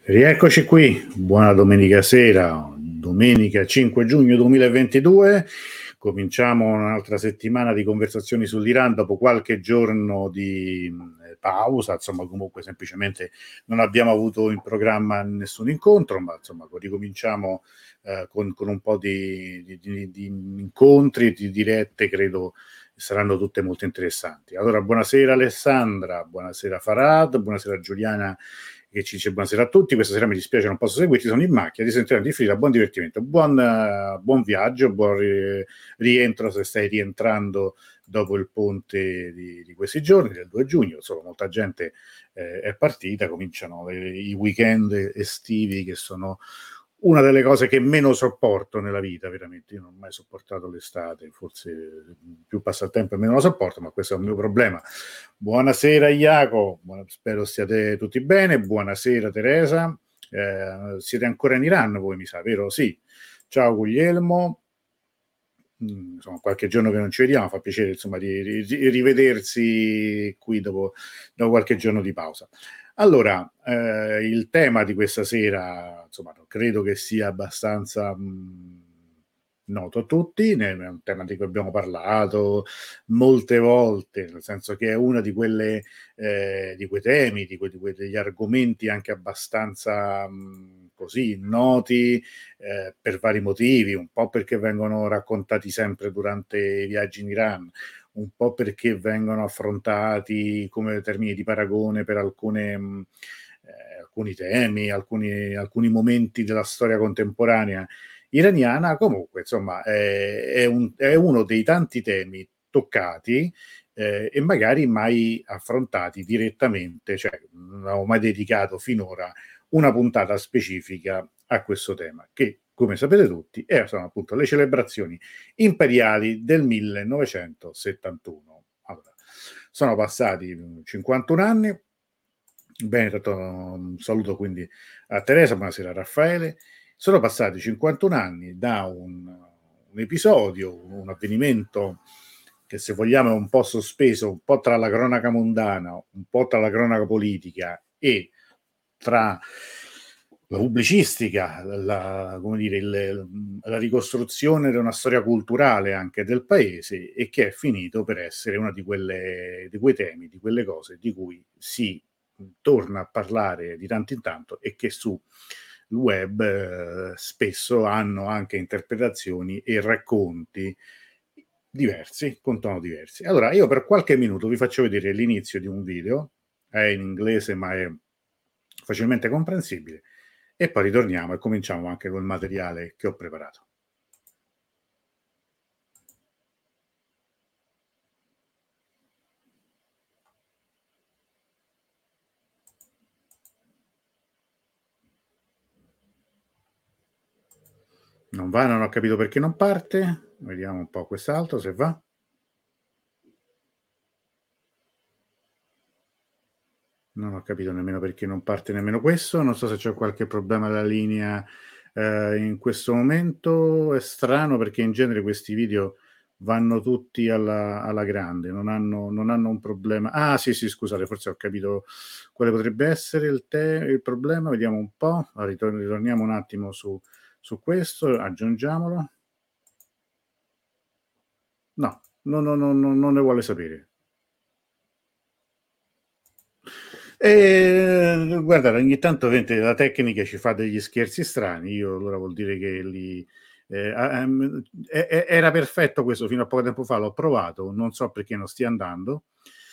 Rieccoci qui, buona domenica sera, domenica 5 giugno 2022, cominciamo un'altra settimana di conversazioni sull'Iran dopo qualche giorno di pausa, insomma comunque semplicemente non abbiamo avuto in programma nessun incontro, ma insomma ricominciamo con un po' di incontri, di dirette, credo saranno tutte molto interessanti. Allora, buonasera Alessandra, buonasera Farad, buonasera Giuliana che ci dice buonasera a tutti, questa sera mi dispiace non posso seguirti, sono in macchina, ti sentirò di fila, buon divertimento, buon viaggio, buon rientro se stai rientrando dopo il ponte di questi giorni, del 2 giugno, insomma molta gente è partita, cominciano i weekend estivi che sono una delle cose che meno sopporto nella vita, veramente. Io non ho mai sopportato l'estate, forse più passa il tempo e meno lo sopporto, ma questo è un mio problema. Buonasera Iaco, spero stiate tutti bene, buonasera Teresa, siete ancora in Iran voi mi sa, vero? Sì. Ciao Guglielmo, insomma qualche giorno che non ci vediamo, fa piacere insomma di rivedersi qui dopo qualche giorno di pausa. Allora, il tema di questa sera, insomma, credo che sia abbastanza noto a tutti, è un tema di cui abbiamo parlato molte volte, nel senso che è una di quelle di quei temi, degli argomenti anche abbastanza così noti per vari motivi, un po' perché vengono raccontati sempre durante i viaggi in Iran, un po' perché vengono affrontati come termini di paragone per alcuni temi, alcuni momenti della storia contemporanea iraniana. Comunque, insomma, è uno dei tanti temi toccati e magari mai affrontati direttamente, cioè non avevo mai dedicato finora una puntata specifica a questo tema, che come sapete tutti sono appunto le celebrazioni imperiali del 1971. Allora, sono passati 51 anni. Bene, tanto un saluto quindi a Teresa, buonasera a Raffaele. Sono passati 51 anni da un episodio, un avvenimento che se vogliamo è un po' sospeso, un po' tra la cronaca mondana, un po' tra la cronaca politica e tra la pubblicistica, come dire, la ricostruzione di una storia culturale anche del paese, e che è finito per essere uno di quei temi, di quelle cose di cui si torna a parlare di tanto in tanto e che sul web spesso hanno anche interpretazioni e racconti diversi, con tono diversi. Allora, io per qualche minuto vi faccio vedere l'inizio di un video, è in inglese ma è facilmente comprensibile, e poi ritorniamo e cominciamo anche col materiale che ho preparato. Non va, non ho capito perché non parte. Vediamo un po' quest'altro se va. Non ho capito nemmeno perché non parte nemmeno questo. Non so se c'è qualche problema alla linea in questo momento. È strano perché in genere questi video vanno tutti alla grande, non hanno un problema. Ah, sì, scusate, forse ho capito quale potrebbe essere il problema. Vediamo un po'. Ritorniamo un attimo su questo, aggiungiamolo. No, non ne vuole sapere. Guardate, ogni tanto la tecnica ci fa degli scherzi strani, io allora vuol dire che era perfetto questo fino a poco tempo fa, l'ho provato, non so perché non stia andando.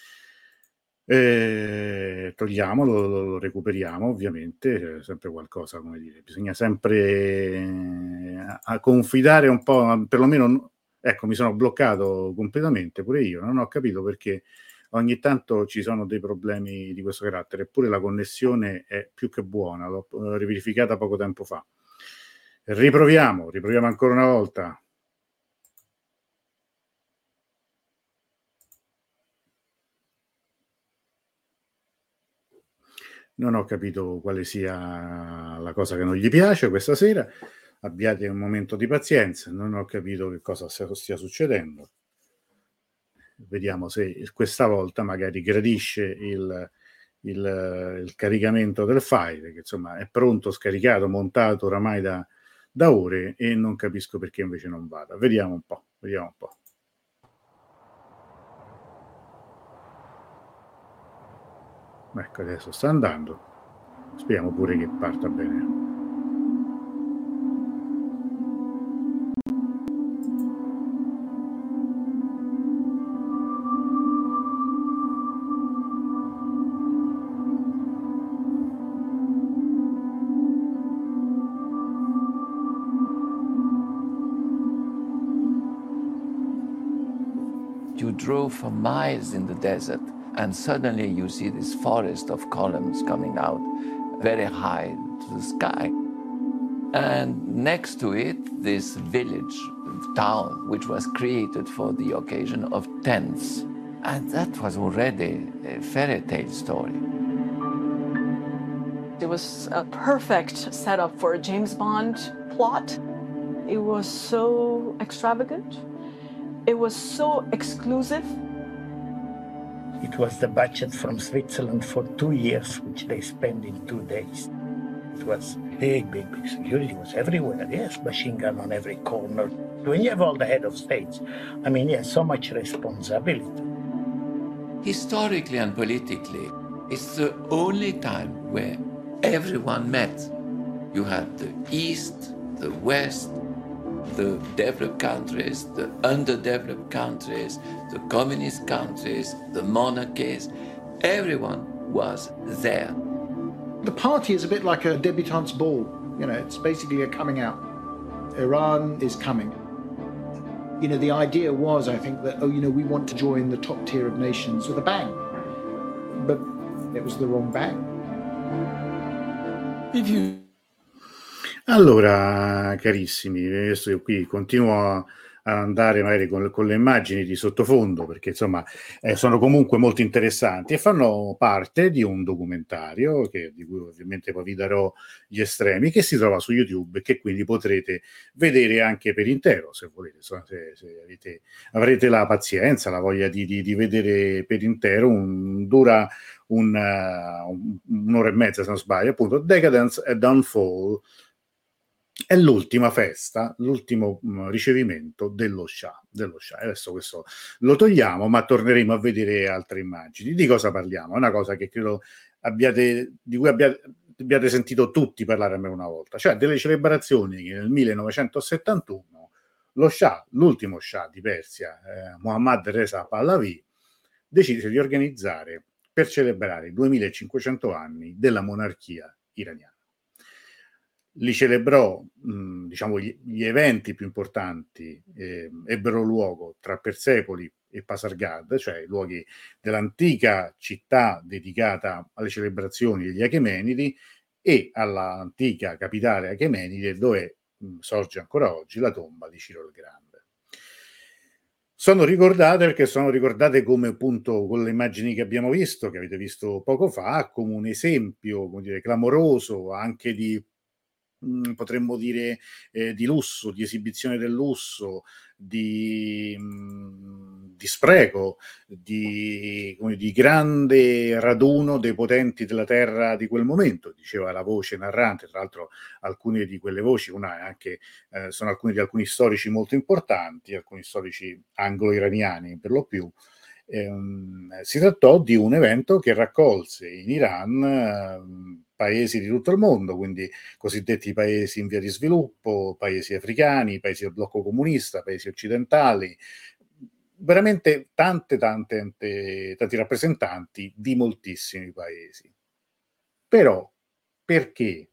Togliamolo, lo recuperiamo ovviamente, sempre qualcosa, come dire, bisogna sempre a confidare un po', perlomeno, ecco, mi sono bloccato completamente pure io, non ho capito perché ogni tanto ci sono dei problemi di questo carattere, eppure la connessione è più che buona, l'ho riverificata poco tempo fa. Riproviamo ancora una volta. Non ho capito quale sia la cosa che non gli piace questa sera. Abbiate un momento di pazienza, non ho capito che cosa stia succedendo. Vediamo se questa volta magari gradisce il caricamento del file, che insomma è pronto, scaricato, montato oramai da ore, e non capisco perché invece non vada. Vediamo un po'. Ecco, adesso sta andando. Speriamo pure che parta bene. You drove for miles in the desert, and suddenly you see this forest of columns coming out very high to the sky. And next to it, this village, town, which was created for the occasion of tents. And that was already a fairy tale story. It was a perfect setup for a James Bond plot. It was so extravagant. It was so exclusive. It was the budget from Switzerland for 2 years, which they spent in 2 days. It was big security was everywhere. Yes, machine gun on every corner. When you have all the head of states, I mean, yes, so much responsibility. Historically and politically, it's the only time where everyone met. You had the East, the West, the developed countries, the underdeveloped countries, the communist countries, the monarchies. Everyone was there. The party is a bit like a debutante's ball. You know, it's basically a coming out. Iran is coming. You know, the idea was, I think, that, we want to join the top tier of nations with a bang. But it was the wrong bang. Allora, carissimi, adesso io qui continuo ad andare magari con le immagini di sottofondo, perché insomma sono comunque molto interessanti e fanno parte di un documentario di cui ovviamente poi vi darò gli estremi, che si trova su YouTube e che quindi potrete vedere anche per intero, se volete, insomma, se avrete la pazienza, la voglia di vedere per intero. Dura un'ora e mezza, se non sbaglio, appunto, Decadence and Downfall. È l'ultima festa, l'ultimo ricevimento dello Shah. Adesso questo lo togliamo, ma torneremo a vedere altre immagini. Di cosa parliamo? È una cosa che credo di cui abbiate sentito tutti parlare almeno una volta, cioè delle celebrazioni che nel 1971 lo Shah, l'ultimo Shah di Persia, Mohammad Reza Pahlavi, decise di organizzare per celebrare i 2500 anni della monarchia iraniana. Li celebrò, diciamo, gli eventi più importanti ebbero luogo tra Persepoli e Pasargad, cioè i luoghi dell'antica città dedicata alle celebrazioni degli Achemenidi e all'antica capitale achemenide, dove sorge ancora oggi la tomba di Ciro il Grande. Sono ricordate perché sono ricordate come, appunto, con le immagini che abbiamo visto, che avete visto poco fa, come un esempio, come dire, clamoroso anche di potremmo dire di lusso, di esibizione del lusso, di spreco, di grande raduno dei potenti della terra di quel momento, diceva la voce narrante. Tra l'altro alcune di quelle voci sono alcuni di alcuni storici molto importanti, alcuni storici anglo-iraniani per lo più. Si trattò di un evento che raccolse in Iran paesi di tutto il mondo, quindi cosiddetti paesi in via di sviluppo, paesi africani, paesi del blocco comunista, paesi occidentali, veramente tanti rappresentanti di moltissimi paesi. Però perché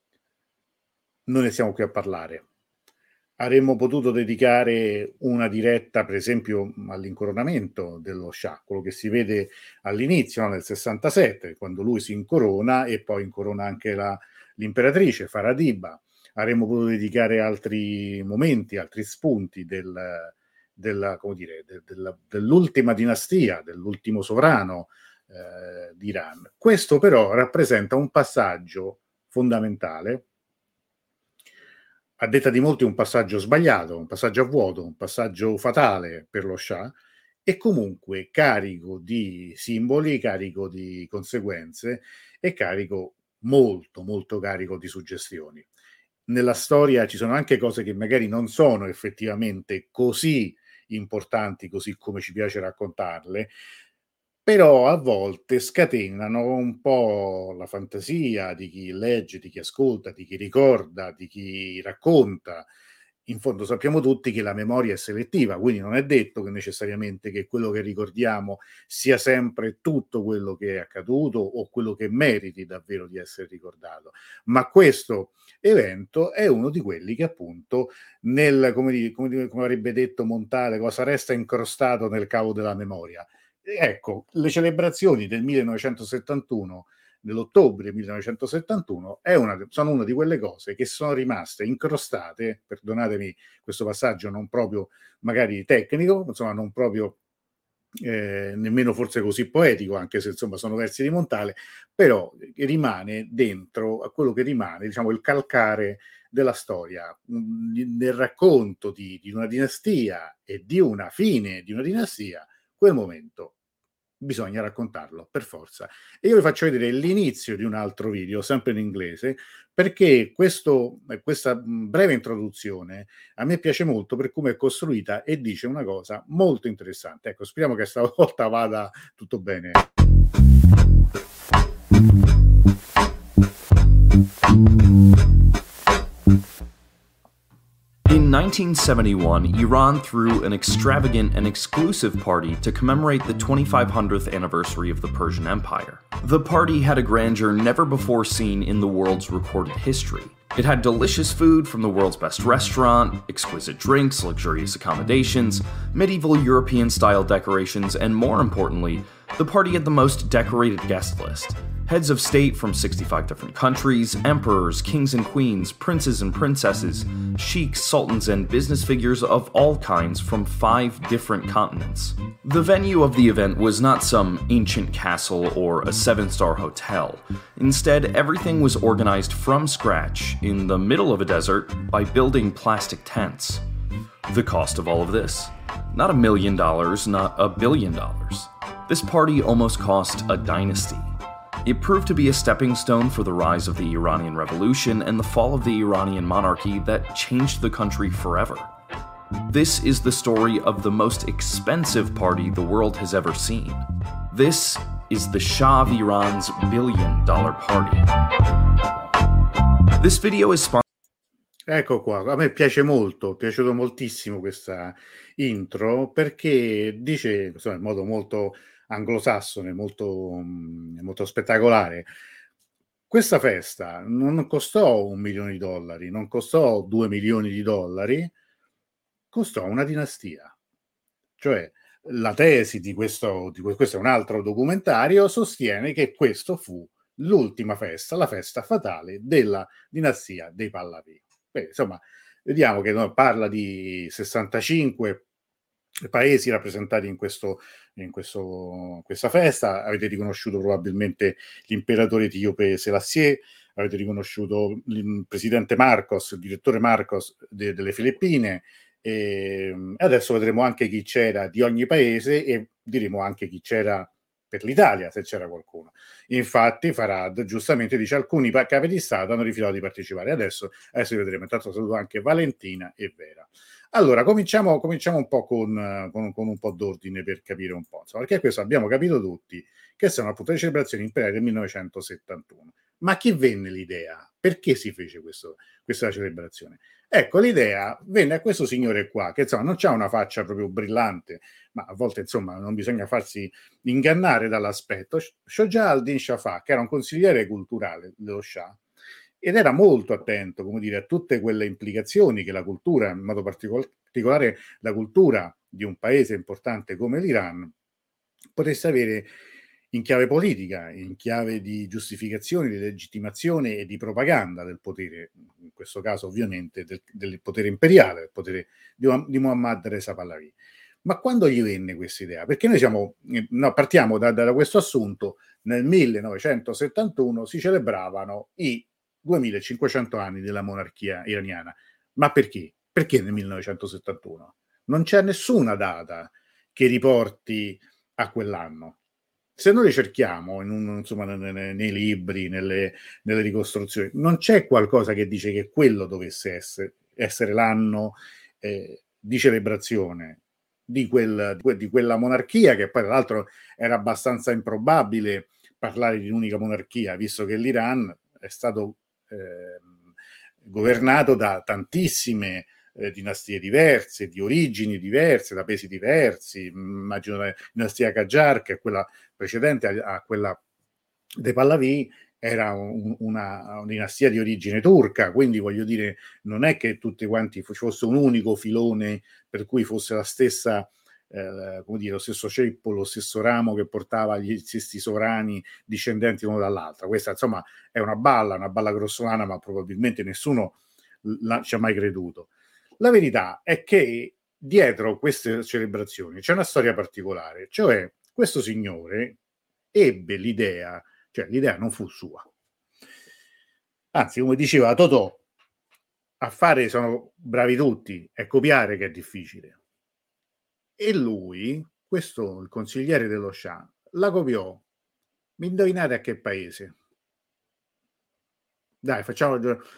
non ne siamo qui a parlare? Avremmo potuto dedicare una diretta, per esempio, all'incoronamento dello Shah, quello che si vede all'inizio, nel 67, quando lui si incorona e poi incorona anche l'imperatrice Faradiba. Avremmo potuto dedicare altri momenti, altri spunti dell'ultima dinastia, dell'ultimo sovrano d'Iran. Questo però rappresenta un passaggio fondamentale, a detta di molti un passaggio sbagliato, un passaggio a vuoto, un passaggio fatale per lo Shah, e comunque carico di simboli, carico di conseguenze e carico molto, molto carico di suggestioni. Nella storia ci sono anche cose che magari non sono effettivamente così importanti, così come ci piace raccontarle, però a volte scatenano un po' la fantasia di chi legge, di chi ascolta, di chi ricorda, di chi racconta. In fondo sappiamo tutti che la memoria è selettiva, quindi non è detto che necessariamente che quello che ricordiamo sia sempre tutto quello che è accaduto o quello che meriti davvero di essere ricordato. Ma questo evento è uno di quelli che appunto come avrebbe detto Montale, cosa resta incrostato nel cavo della memoria. Ecco, le celebrazioni del 1971, dell'ottobre 1971, sono una di quelle cose che sono rimaste incrostate, perdonatemi questo passaggio non proprio magari tecnico, insomma non proprio nemmeno forse così poetico, anche se insomma sono versi di Montale, però rimane dentro a quello che rimane, diciamo, il calcare della storia, del racconto di una dinastia e di una fine di una dinastia. Quel momento bisogna raccontarlo per forza. E io vi faccio vedere l'inizio di un altro video, sempre in inglese, perché questa breve introduzione a me piace molto per come è costruita e dice una cosa molto interessante. Ecco, speriamo che stavolta vada tutto bene. In 1971, Iran threw an extravagant and exclusive party to commemorate the 2500th anniversary of the Persian Empire. The party had a grandeur never before seen in the world's recorded history. It had delicious food from the world's best restaurant, exquisite drinks, luxurious accommodations, medieval European-style decorations, and more importantly, the party had the most decorated guest list. Heads of state from 65 different countries, emperors, kings and queens, princes and princesses, sheiks, sultans, and business figures of all kinds from 5 different continents. The venue of the event was not some ancient castle or a 7-star hotel. Instead, everything was organized from scratch in the middle of a desert by building plastic tents. The cost of all of this? Not $1 million, not $1 billion. This party almost cost a dynasty. It proved to be a stepping stone for the rise of the Iranian Revolution and the fall of the Iranian monarchy that changed the country forever. This is the story of the most expensive party the world has ever seen. This is the Shah of Iran's $1 billion party. This video is sponsored. Ecco qua, a me piace molto, è piaciuto moltissimo questa intro perché dice, insomma, in modo molto anglosassone, molto spettacolare. Questa festa non costò $1 milione, non costò $2 milioni, costò una dinastia. Cioè la tesi di questo è un altro documentario, sostiene che questo fu l'ultima festa, la festa fatale della dinastia dei Pahlavi. Beh, insomma, vediamo che parla di 65 paesi rappresentati in questa festa. Avete riconosciuto probabilmente l'imperatore etiope Selassie, avete riconosciuto il presidente Marcos, il direttore Marcos delle Filippine, e adesso vedremo anche chi c'era di ogni paese e diremo anche chi c'era per l'Italia, se c'era qualcuno. Infatti Farad giustamente dice alcuni capi di Stato hanno rifiutato di partecipare. Adesso vedremo. Intanto saluto anche Valentina e Vera. Allora, cominciamo un po' con un po' d'ordine per capire un po', insomma, perché questo abbiamo capito tutti che sono appunto le celebrazioni imperiali del 1971. Ma chi venne l'idea? Perché si fece questa celebrazione? Ecco, l'idea venne a questo signore qua, che insomma non c'ha una faccia proprio brillante, ma a volte insomma non bisogna farsi ingannare dall'aspetto. Shoja-al-Din Shafak, che era un consigliere culturale dello Shah, ed era molto attento, come dire, a tutte quelle implicazioni che la cultura, in modo particolare la cultura di un paese importante come l'Iran, potesse avere in chiave politica, in chiave di giustificazione, di legittimazione e di propaganda del potere, in questo caso ovviamente del potere imperiale, del potere di Mohammad Reza Pahlavi. Ma quando gli venne questa idea? Perché noi partiamo da questo assunto: nel 1971 si celebravano i 2500 anni della monarchia iraniana. Ma perché? Perché nel 1971? Non c'è nessuna data che riporti a quell'anno. Se noi le cerchiamo insomma, nei libri, nelle ricostruzioni, non c'è qualcosa che dice che quello dovesse essere l'anno di celebrazione di quella monarchia, che poi tra l'altro era abbastanza improbabile parlare di un'unica monarchia, visto che l'Iran è stato governato da tantissime dinastie diverse, di origini diverse, da paesi diversi. Immagino la dinastia Qajar, che è quella precedente a quella dei Pahlavi, era una dinastia di origine turca, quindi voglio dire, non è che tutti quanti fosse un unico filone per cui fosse la stessa, come dire, lo stesso ceppo, lo stesso ramo che portava gli stessi sovrani discendenti uno dall'altra. Questa insomma è una balla grossolana, ma probabilmente nessuno ci ha mai creduto. La verità è che dietro queste celebrazioni c'è una storia particolare, cioè questo signore ebbe l'idea, cioè l'idea non fu sua, anzi, come diceva Totò, a fare sono bravi tutti, è copiare che è difficile. E lui, questo, il consigliere dello Shah, la copiò. Mi indovinate a che paese? Dai, facciamo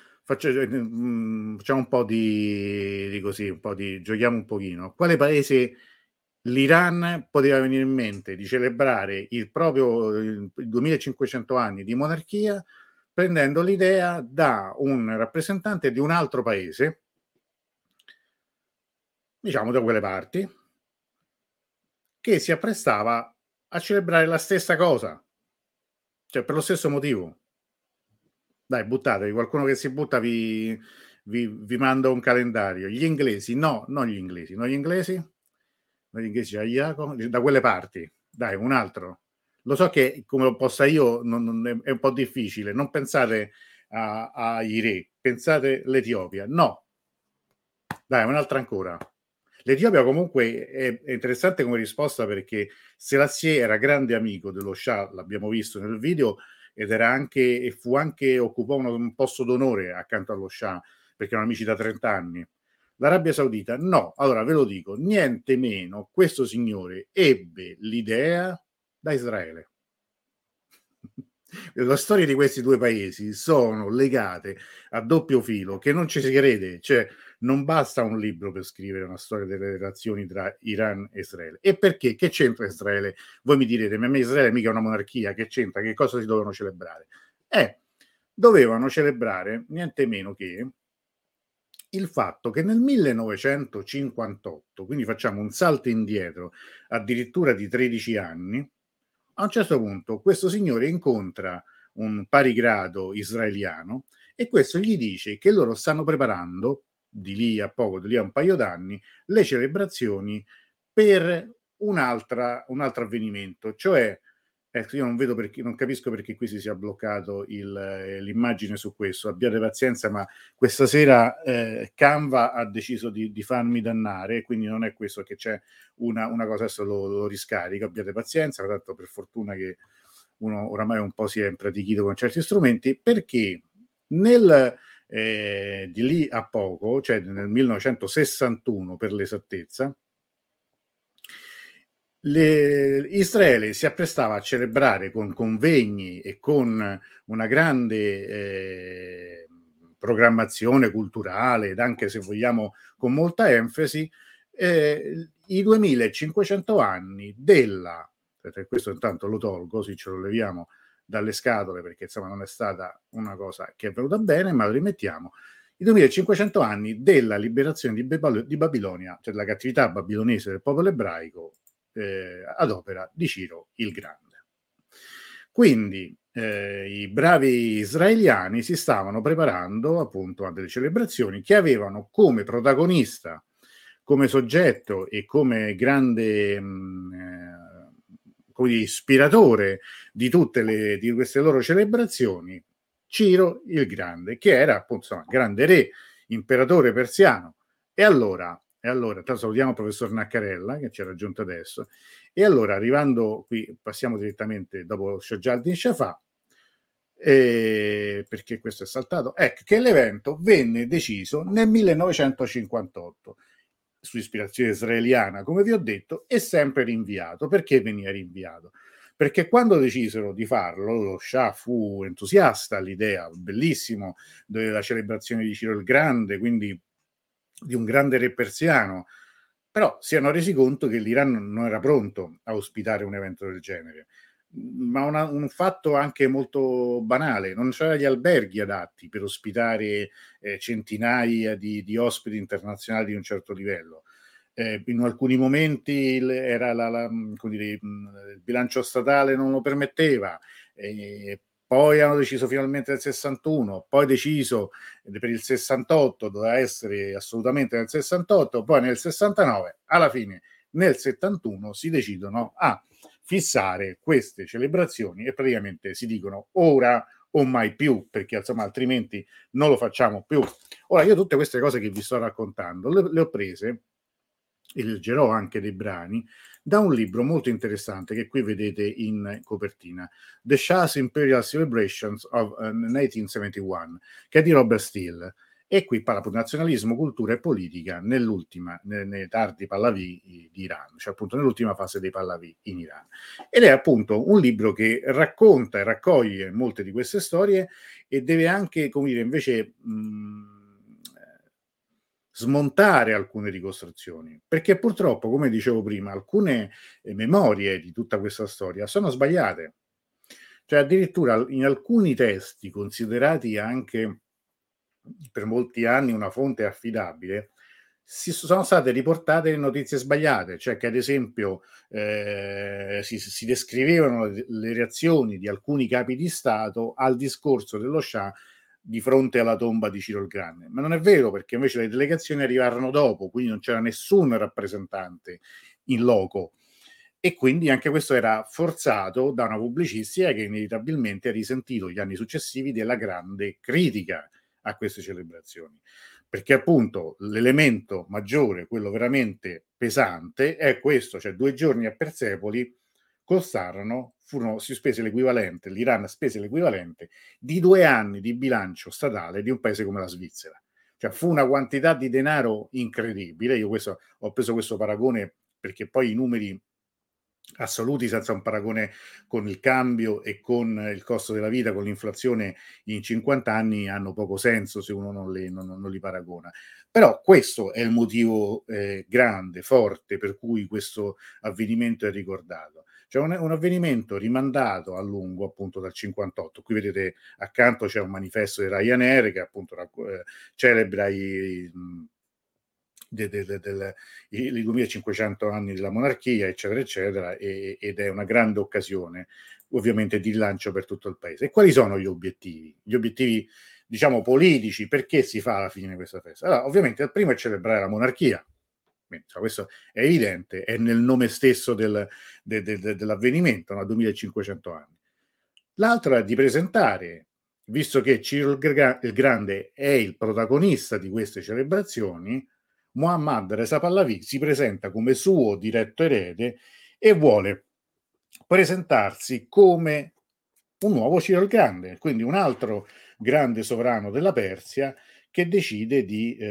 un po' di così, un po' di giochiamo un pochino. Quale paese l'Iran poteva venire in mente di celebrare il proprio 2500 anni di monarchia prendendo l'idea da un rappresentante di un altro paese, diciamo da quelle parti, che si apprestava a celebrare la stessa cosa, cioè per lo stesso motivo. Dai, buttatevi, qualcuno che si butta vi manda un calendario. Gli inglesi, no, non gli inglesi, da quelle parti. Dai, un altro. Lo so che come lo possa io è un po' difficile, non pensate ai re, pensate all'Etiopia. No, dai, un'altra ancora. L'Etiopia comunque è interessante come risposta, perché Selassie era grande amico dello Shah, l'abbiamo visto nel video, ed era anche, e fu anche, occupò un posto d'onore accanto allo Shah, perché erano amici da 30 anni. L'Arabia Saudita no, allora ve lo dico, niente meno, questo signore ebbe l'idea da Israele. Le storie di questi due paesi sono legate a doppio filo, che non ci si crede, cioè non basta un libro per scrivere una storia delle relazioni tra Iran e Israele. E perché? Che c'entra Israele? Voi mi direte, ma Israele mica è una monarchia, che c'entra? Che cosa si dovevano celebrare? Dovevano celebrare niente meno che il fatto che nel 1958, quindi facciamo un salto indietro addirittura di 13 anni, a un certo punto questo signore incontra un parigrado israeliano e questo gli dice che loro stanno preparando, di lì a poco, di lì a un paio d'anni, le celebrazioni per un altro avvenimento, cioè io non vedo perché, non capisco perché qui si sia bloccato l'immagine su questo. Abbiate pazienza, ma questa sera Canva ha deciso di farmi dannare, quindi non è questo, che c'è una cosa, adesso lo riscarico. Abbiate pazienza, tanto per fortuna che uno oramai un po' si è impratichito con certi strumenti, perché di lì a poco, cioè nel 1961 per l'esattezza, Israele si apprestava a celebrare con convegni e con una grande programmazione culturale, ed anche, se vogliamo, con molta enfasi, i 2500 anni della, questo intanto lo tolgo, così ce lo leviamo dalle scatole, perché insomma non è stata una cosa che è venuta bene, ma lo rimettiamo, i 2500 anni della liberazione di Babilonia, cioè della cattività babilonese del popolo ebraico, ad opera di Ciro il Grande. Quindi i bravi israeliani si stavano preparando appunto a delle celebrazioni che avevano come protagonista, come soggetto e come grande come ispiratore di tutte di queste loro celebrazioni Ciro il Grande, che era appunto insomma, grande re, imperatore persiano. E allora, tanto salutiamo il professor Naccarella che ci ha raggiunto adesso, e allora arrivando qui passiamo direttamente dopo Shahjaddin Shafà, perché questo è saltato, ecco che l'evento venne deciso nel 1958. su ispirazione israeliana, come vi ho detto, è sempre rinviato. Perché veniva rinviato? Perché quando decisero di farlo, lo Shah fu entusiasta all'idea, bellissimo, della celebrazione di Ciro il Grande, quindi di un grande re persiano, però si erano resi conto che l'Iran non era pronto a ospitare un evento del genere. Ma un fatto anche molto banale, non c'erano gli alberghi adatti per ospitare centinaia di ospiti internazionali di un certo livello. In alcuni momenti era come dire, il bilancio statale non lo permetteva, poi hanno deciso finalmente nel 61, poi deciso per il 68, doveva essere assolutamente nel 68, poi nel 69, alla fine nel 71 si decidono a fissare queste celebrazioni e praticamente si dicono ora o mai più, perché insomma altrimenti non lo facciamo più. Ora io tutte queste cose che vi sto raccontando le ho prese, e leggerò anche dei brani, da un libro molto interessante che qui vedete in copertina, The Shah's Imperial Celebrations of 1971, che è di Robert Steele. E qui parla di nazionalismo, cultura e politica nei tardi Pahlavi di Iran, cioè appunto nell'ultima fase dei Pahlavi in Iran. Ed è appunto un libro che racconta e raccoglie molte di queste storie e deve anche, come dire, invece smontare alcune ricostruzioni, perché purtroppo, come dicevo prima, alcune memorie di tutta questa storia sono sbagliate. Cioè addirittura in alcuni testi considerati anche per molti anni una fonte affidabile, sono state riportate notizie sbagliate, cioè che ad esempio si descrivevano le reazioni di alcuni capi di Stato al discorso dello Shah di fronte alla tomba di Ciro il Grande, ma non è vero, perché invece le delegazioni arrivarono dopo, quindi non c'era nessun rappresentante in loco, e quindi anche questo era forzato da una pubblicistica che inevitabilmente ha risentito gli anni successivi della grande critica a queste celebrazioni, perché appunto l'elemento maggiore, quello veramente pesante, è questo, cioè 2 giorni a Persepoli si spese l'equivalente, l'Iran spese l'equivalente di 2 anni di bilancio statale di un paese come la Svizzera. Cioè fu una quantità di denaro incredibile. Io ho preso questo paragone perché poi i numeri assoluti, senza un paragone con il cambio e con il costo della vita, con l'inflazione in 50 anni, hanno poco senso se uno non li paragona. Però questo è il motivo grande, forte, per cui questo avvenimento è ricordato. Cioè un avvenimento rimandato a lungo appunto dal 58. Qui vedete accanto c'è un manifesto di Ryanair che appunto celebra i 2500 anni della monarchia, eccetera, eccetera, ed è una grande occasione, ovviamente, di rilancio per tutto il paese. E quali sono gli obiettivi? Gli obiettivi, diciamo, politici, perché si fa alla fine questa festa? Allora, ovviamente, il primo è celebrare la monarchia. Questo è evidente, è nel nome stesso dell'avvenimento, no? 2500 anni. L'altro è di presentare, visto che Ciro il Grande è il protagonista di queste celebrazioni, Mohammad Reza Pahlavi si presenta come suo diretto erede e vuole presentarsi come un nuovo Ciro il Grande, quindi un altro grande sovrano della Persia che decide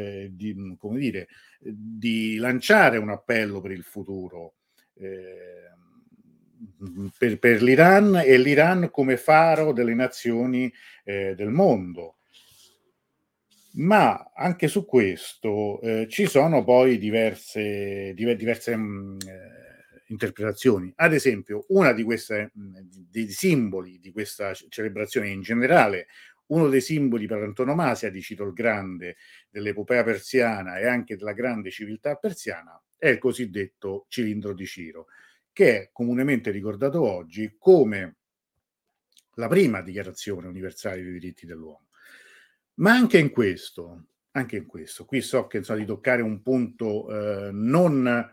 di lanciare un appello per il futuro per l'Iran, e l'Iran come faro delle nazioni del mondo. Ma anche su questo ci sono poi diverse interpretazioni. Ad esempio, una di queste dei simboli di questa celebrazione, in generale uno dei simboli per antonomasia di Ciro il Grande, dell'epopea persiana e anche della grande civiltà persiana, è il cosiddetto cilindro di Ciro, che è comunemente ricordato oggi come la prima dichiarazione universale dei diritti dell'uomo. Ma anche in questo, qui so che di toccare un punto in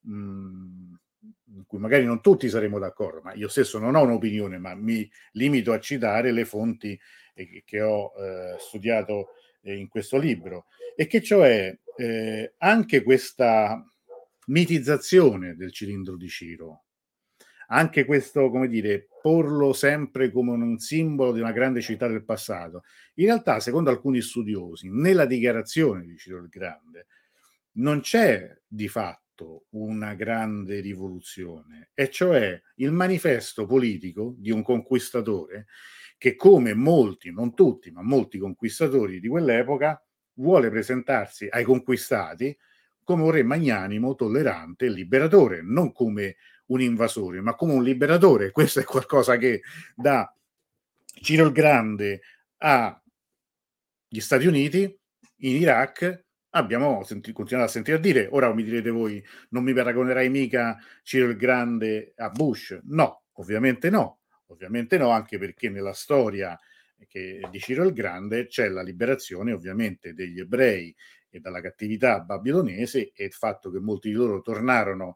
cui magari non tutti saremo d'accordo, ma io stesso non ho un'opinione, ma mi limito a citare le fonti che ho studiato in questo libro, e che cioè anche questa mitizzazione del cilindro di Ciro, anche questo, come dire, porlo sempre come un simbolo di una grande città del passato, in realtà, secondo alcuni studiosi, nella dichiarazione di Ciro il Grande non c'è di fatto una grande rivoluzione, e cioè il manifesto politico di un conquistatore che, come molti, non tutti, ma molti conquistatori di quell'epoca, vuole presentarsi ai conquistati come un re magnanimo, tollerante e liberatore, non come un invasore, ma come un liberatore. Questo è qualcosa che da Ciro il Grande agli Stati Uniti, in Iraq, abbiamo continuato a sentire dire. Ora mi direte voi, non mi paragonerai mica Ciro il Grande a Bush? No, ovviamente no, anche perché nella storia di Ciro il Grande c'è la liberazione ovviamente degli ebrei e dalla cattività babilonese, e il fatto che molti di loro tornarono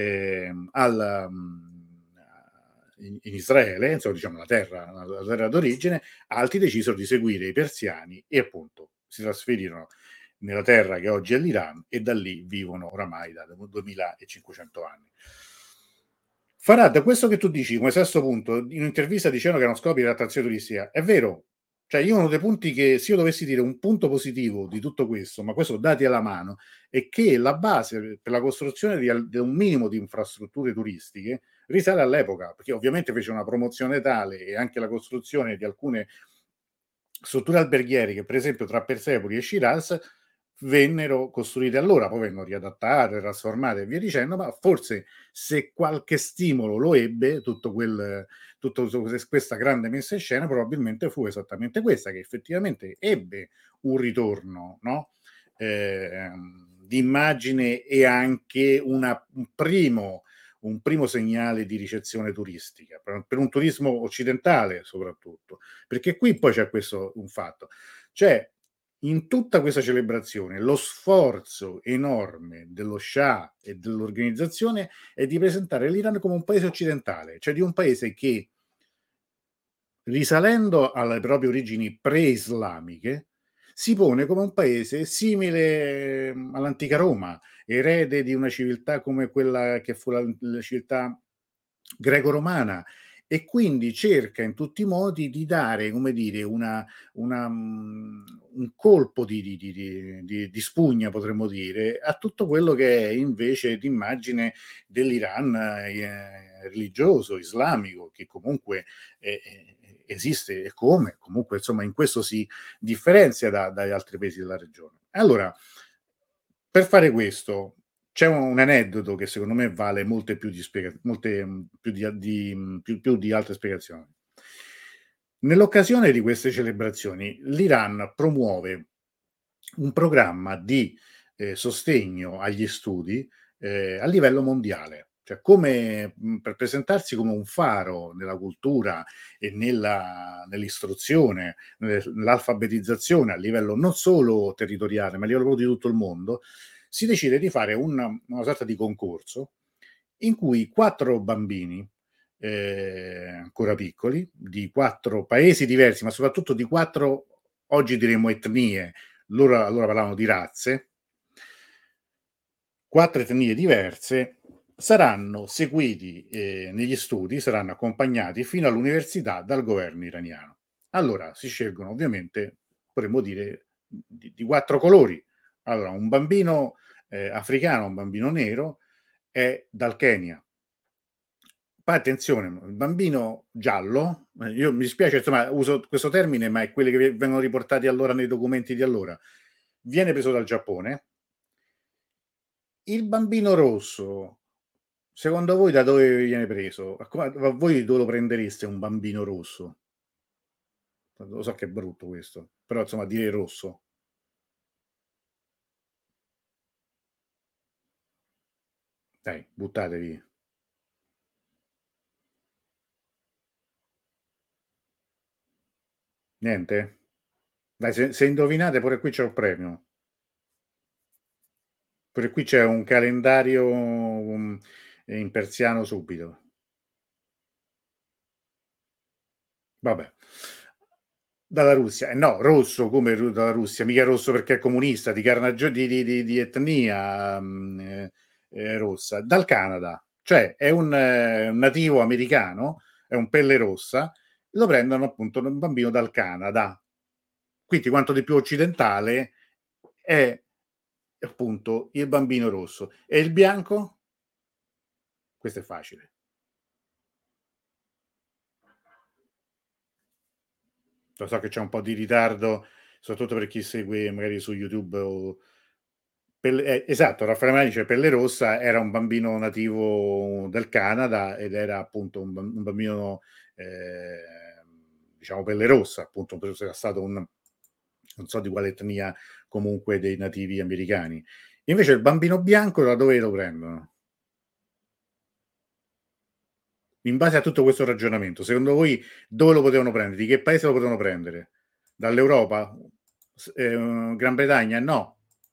in Israele, insomma, diciamo la terra d'origine. Altri decisero di seguire i persiani e appunto si trasferirono nella terra che oggi è l'Iran, e da lì vivono oramai da 2500 anni. Farad, questo che tu dici come sesto punto, in un'intervista dicevano che erano scopi dell'attrazione turistica, è vero. Cioè, io uno dei punti che, se io dovessi dire un punto positivo di tutto questo, ma questo dati alla mano, è che la base per la costruzione di un minimo di infrastrutture turistiche risale all'epoca, perché ovviamente fece una promozione tale, e anche la costruzione di alcune strutture alberghiere che, per esempio, tra Persepoli e Shiraz vennero costruite allora, poi vennero riadattate, trasformate e via dicendo, ma forse se qualche stimolo lo ebbe tutta questa grande messa in scena, probabilmente fu esattamente questa, che effettivamente ebbe un ritorno, no? Di immagine, e anche un primo segnale di ricezione turistica, per un turismo occidentale soprattutto, perché qui poi c'è questo un fatto, cioè in tutta questa celebrazione lo sforzo enorme dello Shah e dell'organizzazione è di presentare l'Iran come un paese occidentale, cioè di un paese che, risalendo alle proprie origini pre-islamiche, si pone come un paese simile all'antica Roma, erede di una civiltà come quella che fu la civiltà greco-romana, e quindi cerca in tutti i modi di dare, come dire, un colpo di spugna, potremmo dire, a tutto quello che è invece d'immagine dell'Iran religioso, islamico, che comunque esiste, e comunque insomma in questo si differenzia dagli altri paesi della regione. Allora, per fare questo, c'è un aneddoto che secondo me vale molte più di altre spiegazioni. Nell'occasione di queste celebrazioni, l'Iran promuove un programma di sostegno agli studi a livello mondiale, cioè come per presentarsi come un faro nella cultura e nell'istruzione, nell'alfabetizzazione a livello non solo territoriale, ma a livello proprio di tutto il mondo. Si decide di fare una sorta di concorso in cui 4 bambini, ancora piccoli, di 4 paesi diversi, ma soprattutto di 4, oggi diremmo etnie, loro allora parlavano di razze, 4 etnie diverse, saranno seguiti negli studi, saranno accompagnati fino all'università dal governo iraniano. Allora si scelgono ovviamente, potremmo dire, di 4 colori. Allora, un bambino africano, un bambino nero, è dal Kenya. Poi attenzione, il bambino giallo, io mi dispiace, insomma, uso questo termine, ma è quelli che vengono riportati allora nei documenti di allora, viene preso dal Giappone. Il bambino rosso, secondo voi da dove viene preso? Voi dove lo prendereste un bambino rosso? Lo so che è brutto questo, però insomma dire rosso. Dai, buttatevi. Niente? Dai, se indovinate pure qui c'è il premio. Pure qui c'è un calendario in persiano subito. Vabbè. Dalla Russia. No, rosso come dalla Russia, mica rosso perché è comunista, di di etnia rossa. Dal Canada. Cioè è un nativo americano, è un pelle rossa, lo prendono appunto un bambino dal Canada. Quindi quanto di più occidentale è appunto il bambino rosso. E il bianco? Questo è facile. Lo so che c'è un po' di ritardo, soprattutto per chi segue magari su YouTube o esatto, Raffaele Mani dice Pelle Rossa era un bambino nativo del Canada ed era appunto un bambino diciamo Pelle Rossa, appunto era stato non so di quale etnia, comunque dei nativi americani. Invece il bambino bianco da dove lo prendono? In base a tutto questo ragionamento, secondo voi dove lo potevano prendere? Di che paese lo potevano prendere? Dall'Europa? Gran Bretagna? No.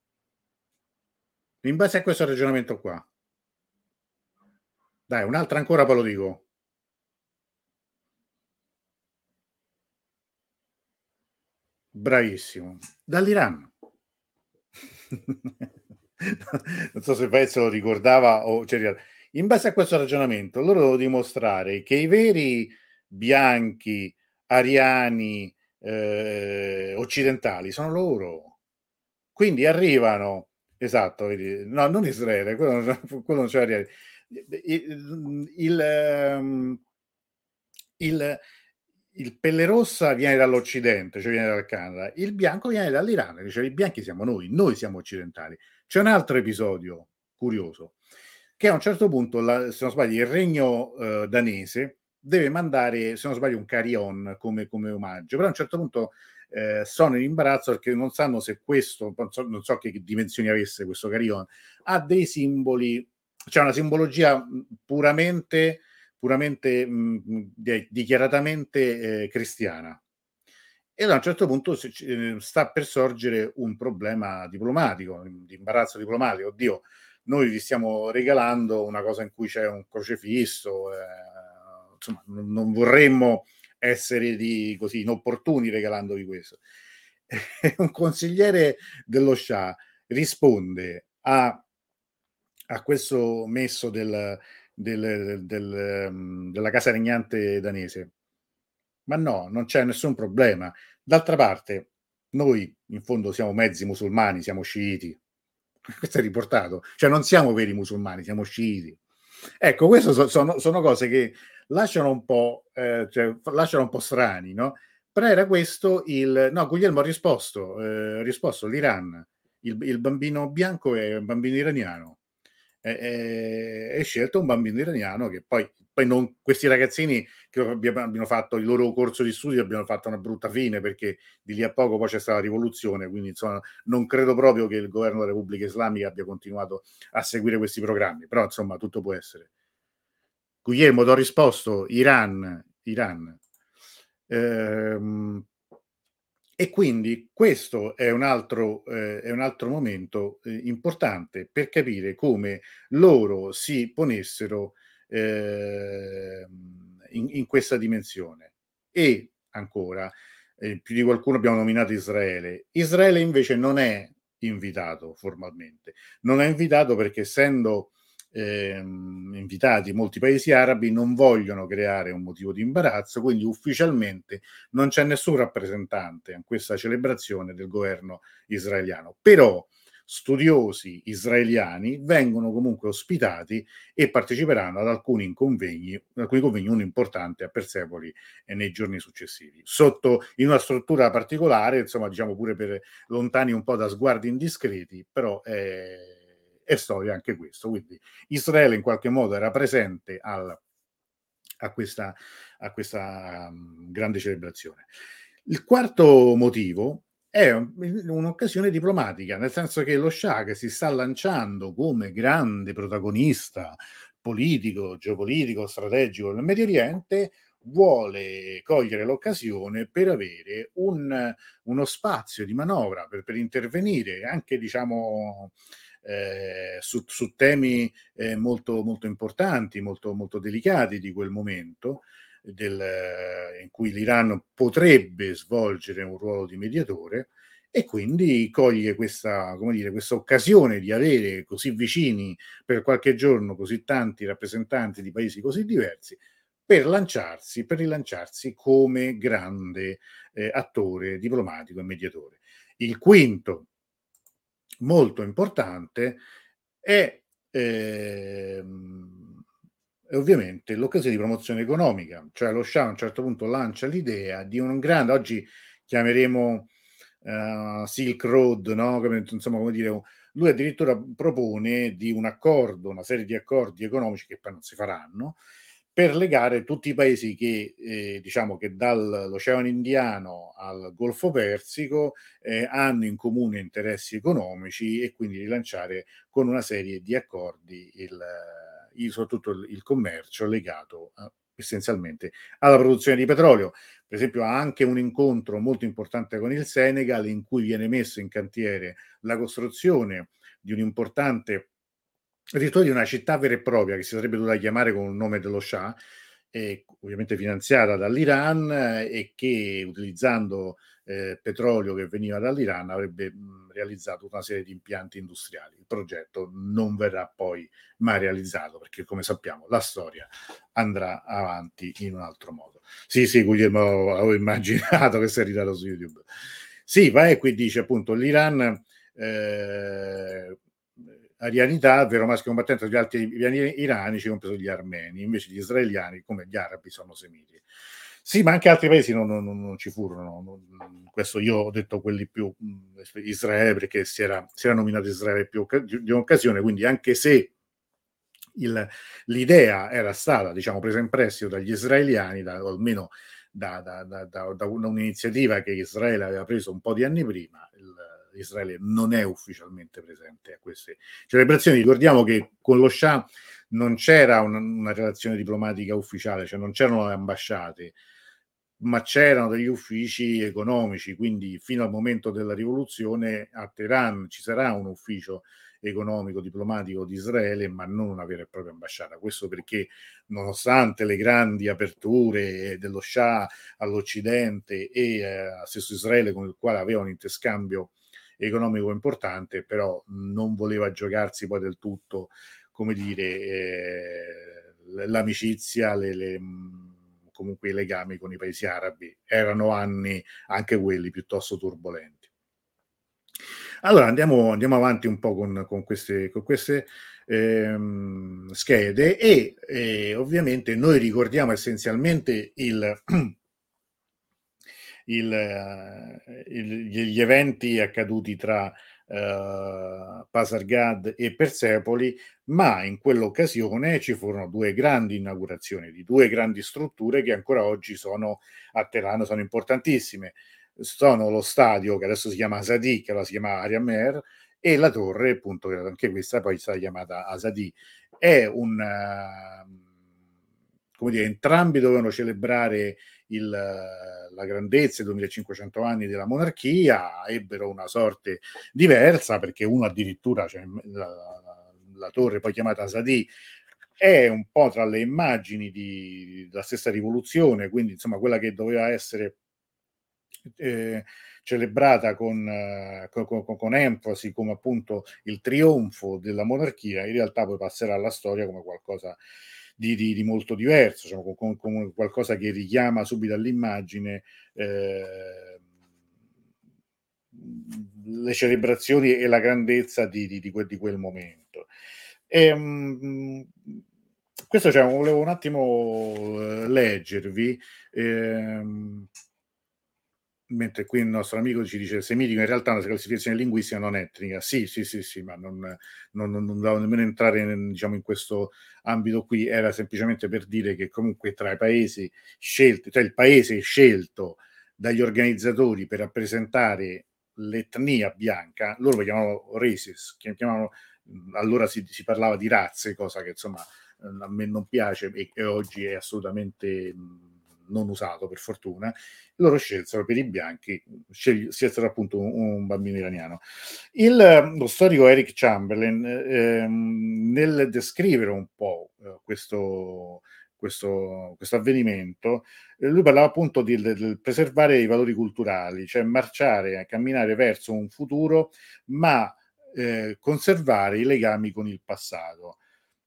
In base a questo ragionamento qua. Dai, un'altra ancora poi lo dico. Bravissimo. Dall'Iran. Non so se Paez lo ricordava o in base a questo ragionamento loro devono dimostrare che i veri bianchi, ariani, occidentali sono loro. Quindi arrivano, esatto, vedi, no, non Israele, quello non c'è il pelle rossa viene dall'Occidente, cioè viene dal Canada, il bianco viene dall'Iran, cioè i bianchi siamo noi siamo occidentali. C'è un altro episodio curioso, che a un certo punto, se non sbaglio, il regno danese deve mandare, se non sbaglio, un carillon come omaggio, però a un certo punto sono in imbarazzo perché non sanno se questo, non so che dimensioni avesse questo carillon, ha dei simboli, c'è una simbologia puramente dichiaratamente cristiana. E a un certo punto sta per sorgere un problema diplomatico, di imbarazzo diplomatico. Oddio, noi vi stiamo regalando una cosa in cui c'è un crocifisso, insomma, non vorremmo essere così inopportuni regalandovi questo. Un consigliere dello Shah risponde a questo messo della casa regnante danese: ma no, non c'è nessun problema. D'altra parte, noi in fondo siamo mezzi musulmani, siamo sciiti. Questo è riportato, cioè non siamo veri musulmani, siamo sciiti. Ecco, queste sono cose che lasciano un po', lasciano un po' strani, no? Però era questo no, Guglielmo ha risposto l'Iran, il bambino bianco è un bambino iraniano. È scelto un bambino iraniano che poi non, questi ragazzini che abbiano fatto il loro corso di studio abbiano fatto una brutta fine, perché di lì a poco poi c'è stata la rivoluzione, quindi insomma non credo proprio che il governo della Repubblica Islamica abbia continuato a seguire questi programmi, però insomma tutto può essere. Guglielmo, ti ho risposto Iran. E quindi questo è un altro momento importante per capire come loro si ponessero in questa dimensione. E ancora, più di qualcuno abbiamo nominato Israele. Israele invece non è invitato formalmente. Non è invitato perché, essendo invitati molti paesi arabi, non vogliono creare un motivo di imbarazzo, quindi ufficialmente non c'è nessun rappresentante in questa celebrazione del governo israeliano. Però studiosi israeliani vengono comunque ospitati e parteciperanno ad alcuni convegni, uno importante a Persepoli e nei giorni successivi, in una struttura particolare, insomma, diciamo pure per lontani un po' da sguardi indiscreti, però è storia anche questo. Quindi Israele in qualche modo era presente a questa grande celebrazione. Il quarto motivo è un'occasione diplomatica, nel senso che lo Shah, che si sta lanciando come grande protagonista politico, geopolitico, strategico del Medio Oriente, vuole cogliere l'occasione per avere uno spazio di manovra per intervenire anche, diciamo, su temi molto, molto importanti, molto, molto delicati di quel momento, in cui l'Iran potrebbe svolgere un ruolo di mediatore, e quindi coglie questa occasione di avere così vicini per qualche giorno così tanti rappresentanti di paesi così diversi per rilanciarsi come grande attore diplomatico e mediatore. Il quinto molto importante è ovviamente l'occasione di promozione economica, cioè lo Shah a un certo punto lancia l'idea di un grande, oggi chiameremo Silk Road, no? Insomma, come dire, lui addirittura propone di un accordo, una serie di accordi economici che poi non si faranno, per legare tutti i paesi che, diciamo che dall'Oceano Indiano al Golfo Persico hanno in comune interessi economici e quindi rilanciare con una serie di accordi soprattutto il commercio legato essenzialmente alla produzione di petrolio. Per esempio ha anche un incontro molto importante con il Senegal in cui viene messo in cantiere la costruzione di un importante, addirittura di una città vera e propria che si sarebbe dovuta chiamare con il nome dello Shah, ovviamente finanziata dall'Iran e che utilizzando petrolio che veniva dall'Iran avrebbe realizzato una serie di impianti industriali. Il progetto non verrà poi mai realizzato perché, come sappiamo, la storia andrà avanti in un altro modo. Sì, Guglielmo, avevo immaginato che sei arrivato su YouTube. Sì, va e qui dice appunto l'Iran arianità, vero maschio combattente degli altri iranici, compreso gli armeni, invece gli israeliani, come gli arabi, sono semiti. Sì, ma anche altri paesi non ci furono. Questo io ho detto quelli più Israele, perché si era nominato Israele più di un'occasione, quindi anche se l'idea era stata, diciamo, presa in prestito dagli israeliani, o almeno da un'iniziativa che Israele aveva preso un po' di anni prima, Israele non è ufficialmente presente a queste celebrazioni. Ricordiamo che con lo Shah non c'era una relazione diplomatica ufficiale, cioè non c'erano le ambasciate, ma c'erano degli uffici economici, quindi fino al momento della rivoluzione a Teheran ci sarà un ufficio economico diplomatico di Israele, ma non una vera e propria ambasciata. Questo perché nonostante le grandi aperture dello Shah all'Occidente e stesso Israele con il quale aveva un interscambio economico importante, però non voleva giocarsi poi del tutto, come dire, l'amicizia, comunque i legami con i paesi arabi. Erano anni anche quelli piuttosto turbolenti. Allora andiamo avanti un po' con queste schede e ovviamente noi ricordiamo essenzialmente gli eventi accaduti tra Pasargad e Persepoli, ma in quell'occasione ci furono due grandi inaugurazioni di due grandi strutture che ancora oggi sono a Teheran, sono importantissime. Sono lo stadio che adesso si chiama Azadi, che allora si chiama Ariamer, e la torre, appunto, che anche questa poi sarà chiamata Azadi. È come dire, entrambi dovevano celebrare la grandezza, i 2500 anni della monarchia, ebbero una sorte diversa perché uno addirittura, cioè, la torre poi chiamata Azadi, è un po' tra le immagini della stessa rivoluzione, quindi insomma quella che doveva essere celebrata con enfasi come appunto il trionfo della monarchia, in realtà poi passerà alla storia come qualcosa di molto diverso, cioè, come qualcosa che richiama subito all'immagine le celebrazioni e la grandezza di quel momento. Questo volevo un attimo leggervi, mentre qui il nostro amico ci dice semitico in realtà è una classificazione linguistica non etnica. Sì, ma non devo nemmeno entrare in questo ambito qui, era semplicemente per dire che comunque tra i paesi scelti, cioè il paese scelto dagli organizzatori per rappresentare l'etnia bianca, loro lo chiamavano races, allora si parlava di razze, cosa che insomma a me non piace e oggi è assolutamente non usato, per fortuna. Loro scelsero per i bianchi, scelsero appunto un bambino iraniano. Lo storico Eric Chamberlain, nel descrivere un po' questo avvenimento, lui parlava appunto del preservare i valori culturali, cioè marciare, camminare verso un futuro, ma conservare i legami con il passato.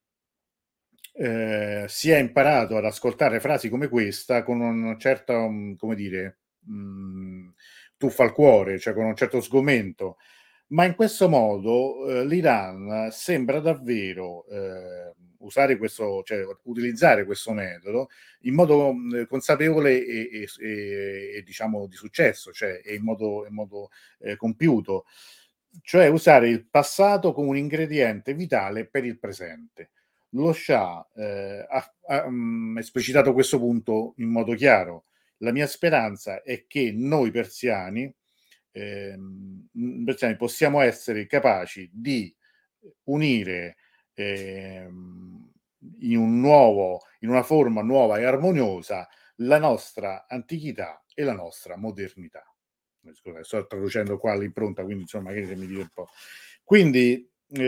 Si è imparato ad ascoltare frasi come questa con un certo, come dire, tuffa al cuore, cioè con un certo sgomento, Ma in questo modo l'Iran sembra davvero usare questo, cioè utilizzare questo metodo in modo consapevole e diciamo di successo, cioè in modo compiuto, cioè usare il passato come un ingrediente vitale per il presente. Lo Shah ha esplicitato questo punto in modo chiaro. La mia speranza è che noi persiani possiamo essere capaci di unire in una forma nuova e armoniosa la nostra antichità e la nostra modernità. Scusate, sto traducendo qua l'impronta, quindi insomma magari se mi dite un po'. Quindi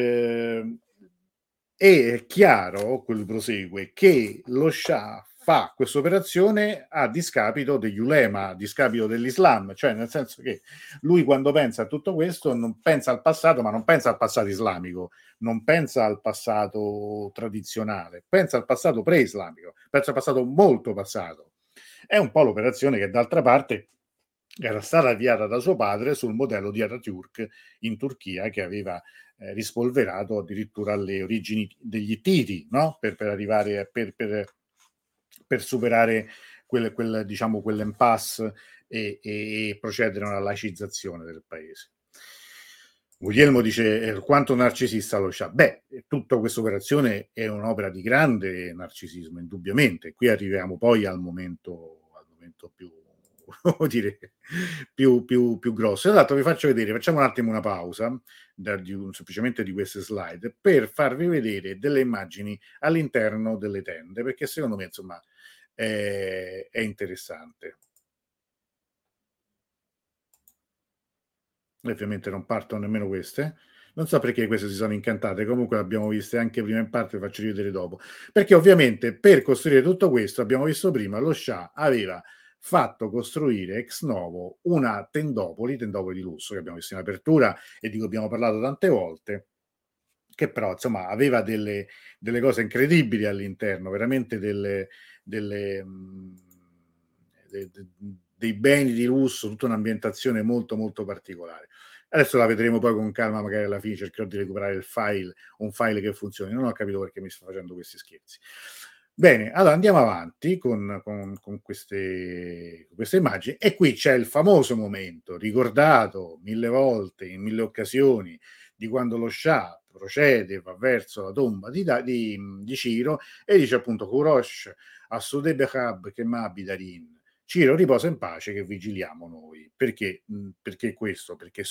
è chiaro, quello prosegue, che lo Shah fa questa operazione a discapito degli ulema, a discapito dell'Islam, cioè nel senso che lui quando pensa a tutto questo non pensa al passato, ma non pensa al passato islamico, non pensa al passato tradizionale, pensa al passato pre-islamico, pensa al passato molto passato. È un po' l'operazione che d'altra parte era stata avviata da suo padre sul modello di Atatürk in Turchia, che aveva rispolverato addirittura alle origini degli Ittiti, no? per arrivare per superare diciamo, quell'impasse e procedere a una laicizzazione del paese. Guglielmo dice quanto narcisista lo Shah. Beh, tutta questa operazione è un'opera di grande narcisismo, indubbiamente. Qui arriviamo poi al momento più dire più grosso. Esatto, vi faccio vedere, facciamo un attimo una pausa semplicemente di queste slide per farvi vedere delle immagini all'interno delle tende, perché secondo me insomma è interessante. Ovviamente non partono nemmeno queste. Non so perché queste si sono incantate, comunque le abbiamo viste anche prima in parte, le faccio rivedere dopo. Perché ovviamente per costruire tutto questo, abbiamo visto prima, lo Shah aveva fatto costruire ex novo una tendopoli di lusso che abbiamo visto in apertura e di cui abbiamo parlato tante volte, che però insomma aveva delle cose incredibili all'interno, veramente dei beni di lusso, tutta un'ambientazione molto molto particolare. Adesso la vedremo poi con calma, magari alla fine cercherò di recuperare un file che funzioni. Non ho capito perché mi sto facendo questi scherzi. Bene, allora andiamo avanti con queste immagini e qui c'è il famoso momento ricordato 1000 volte, in 1000 occasioni, di quando lo Shah procede, va verso la tomba di Ciro e dice appunto Kurosh Assude Behab che Mabidarin. Ciro riposa in pace che vigiliamo noi. Perché questo? Perché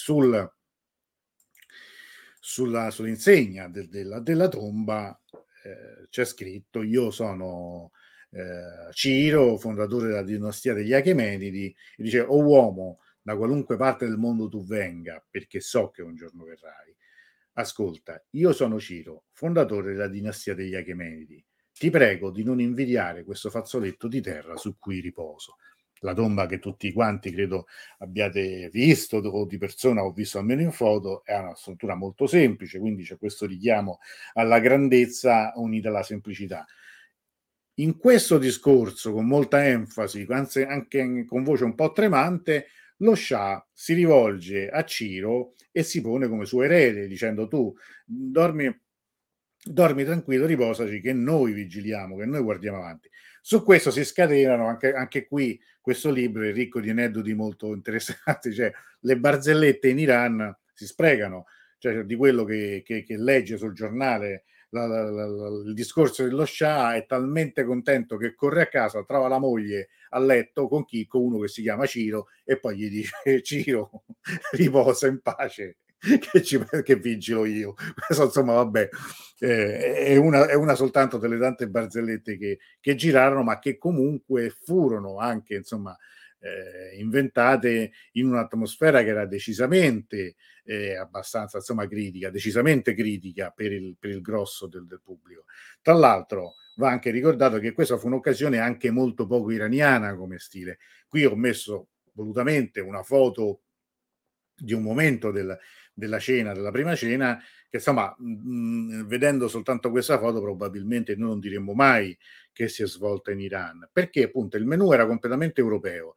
sull'insegna della tomba c'è scritto io sono Ciro, fondatore della dinastia degli Achemenidi, e dice o uomo da qualunque parte del mondo tu venga, perché so che un giorno verrai, ascolta, io sono Ciro, fondatore della dinastia degli Achemenidi, ti prego di non invidiare questo fazzoletto di terra su cui riposo. La tomba che tutti quanti credo abbiate visto o di persona o visto almeno in foto è una struttura molto semplice, quindi c'è questo richiamo alla grandezza unita alla semplicità. In questo discorso, con molta enfasi, anche con voce un po' tremante, lo Shah si rivolge a Ciro e si pone come suo erede, dicendo tu dormi tranquillo, riposaci, che noi vigiliamo, che noi guardiamo avanti. Su questo si scatenano anche qui, questo libro è ricco di aneddoti molto interessanti, cioè le barzellette in Iran si sprecano, cioè di quello che legge sul giornale il discorso dello Shah è talmente contento che corre a casa, trova la moglie a letto con uno che si chiama Ciro e poi gli dice Ciro riposa in pace che vigilo io. Questo insomma vabbè è una soltanto delle tante barzellette che girarono, ma che comunque furono anche insomma inventate in un'atmosfera che era decisamente abbastanza insomma decisamente critica per il grosso del pubblico. Tra l'altro va anche ricordato che questa fu un'occasione anche molto poco iraniana come stile. Qui ho messo volutamente una foto di un momento della cena, della prima cena, che insomma vedendo soltanto questa foto probabilmente noi non diremmo mai che si è svolta in Iran, perché appunto il menù era completamente europeo.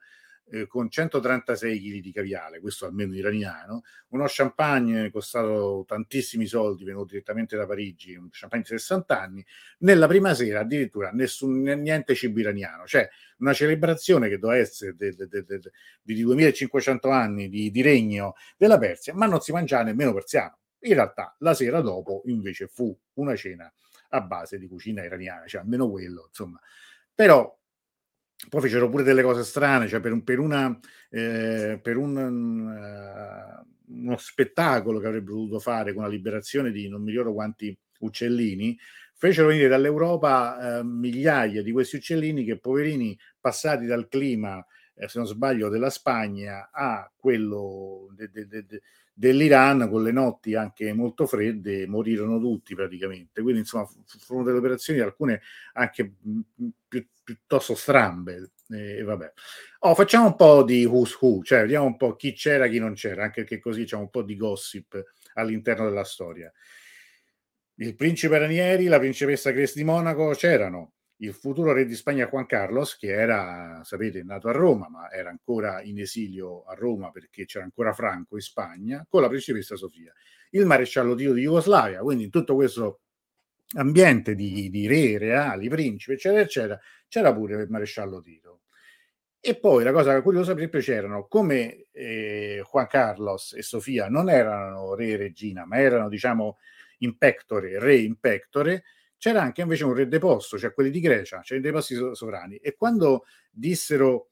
con 136 kg di caviale, questo almeno iraniano, uno champagne costato tantissimi soldi, venuto direttamente da Parigi, un champagne di 60 anni, nella prima sera addirittura niente cibo iraniano, cioè una celebrazione che doveva essere di 2500 anni di regno della Persia, ma non si mangiava nemmeno persiano. In realtà la sera dopo invece fu una cena a base di cucina iraniana, cioè almeno quello, insomma. Però poi fecero pure delle cose strane, cioè per uno spettacolo che avrebbero dovuto fare con la liberazione di non mi ricordo quanti uccellini, fecero venire dall'Europa migliaia di questi uccellini che, poverini, passati dal clima, se non sbaglio, della Spagna a quello dell'Iran, con le notti anche molto fredde, morirono tutti praticamente. Quindi insomma furono delle operazioni, alcune anche piuttosto strambe. Vabbè. Facciamo un po' di who's who, cioè vediamo un po' chi c'era, chi non c'era, anche che così c'è un po' di gossip all'interno della storia. Il principe Ranieri, la principessa Grace di Monaco c'erano, il futuro re di Spagna Juan Carlos, che era, sapete, nato a Roma, ma era ancora in esilio a Roma perché c'era ancora Franco in Spagna, con la principessa Sofia, il maresciallo Tito di Jugoslavia. Quindi in tutto questo ambiente di re, reali, principi, eccetera, eccetera, c'era pure il maresciallo Tito. E poi la cosa curiosa, per esempio, c'erano, come Juan Carlos e Sofia non erano re e regina, ma erano, diciamo, in pectore, re in pectore, c'era anche invece un re deposto, cioè quelli di Grecia, cioè i deposti sovrani. E quando dissero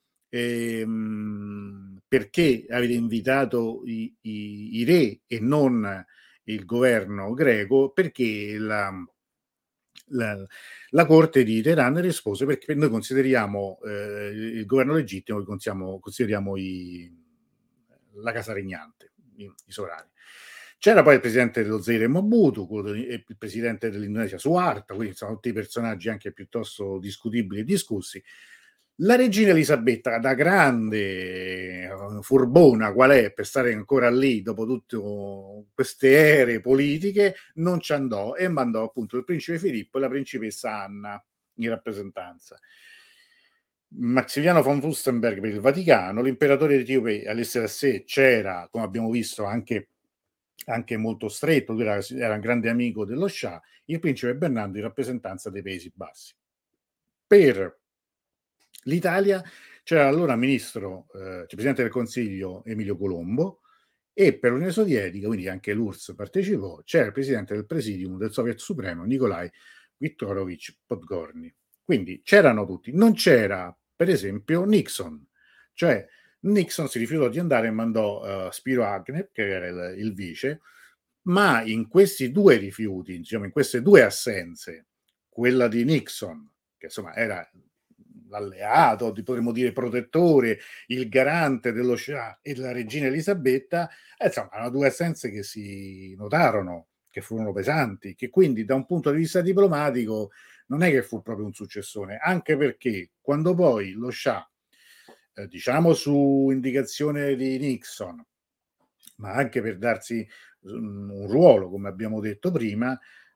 perché avete invitato i re e non il governo greco, perché la corte di Teheran rispose perché noi consideriamo il governo legittimo, consideriamo la casa regnante, i sovrani. C'era poi il presidente dello Zaire Mobutu, il presidente dell'Indonesia Suharto, quindi sono tutti personaggi anche piuttosto discutibili e discussi. La regina Elisabetta, da grande furbona qual è per stare ancora lì dopo tutte queste ere politiche, non ci andò e mandò appunto il principe Filippo e la principessa Anna in rappresentanza. Maximiliano von Fürstenberg per il Vaticano, l'imperatore etiope Haile Selassie c'era, come abbiamo visto, anche molto stretto, lui era un grande amico dello Shah, il principe Bernardo in rappresentanza dei Paesi Bassi. Per l'Italia c'era allora ministro, presidente del Consiglio Emilio Colombo, e per l'Unione Sovietica, quindi anche l'URSS partecipò, c'era il presidente del Presidium del Soviet Supremo, Nikolai Viktorovich Podgorny. Quindi c'erano tutti. Non c'era, per esempio, Nixon, cioè Nixon si rifiutò di andare e mandò Spiro Agnew, che era il vice, ma in questi due rifiuti, diciamo, in queste due assenze, quella di Nixon, che insomma era l'alleato, potremmo dire protettore, il garante dello Shah, e della regina Elisabetta, insomma, erano due assenze che si notarono, che furono pesanti, che quindi da un punto di vista diplomatico non è che fu proprio un successone, anche perché quando poi lo Shah, diciamo su indicazione di Nixon, ma anche per darsi un ruolo, come abbiamo detto prima,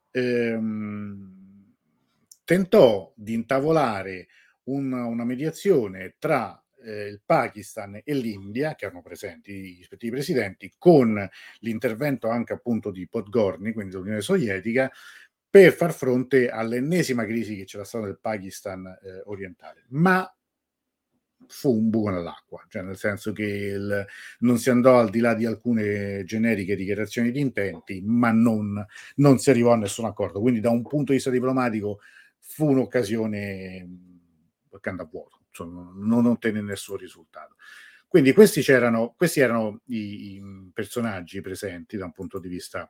tentò di intavolare una mediazione tra il Pakistan e l'India, che erano presenti i rispettivi presidenti, con l'intervento anche appunto di Podgorny, quindi dell'Unione Sovietica, per far fronte all'ennesima crisi che c'era stata nel Pakistan orientale. Ma fu un buco nell'acqua, cioè nel senso che non si andò al di là di alcune generiche dichiarazioni di intenti, ma non si arrivò a nessun accordo. Quindi da un punto di vista diplomatico fu un'occasione che andò a vuoto, insomma, non ottenne nessun risultato. Quindi questi erano i personaggi presenti da un punto di vista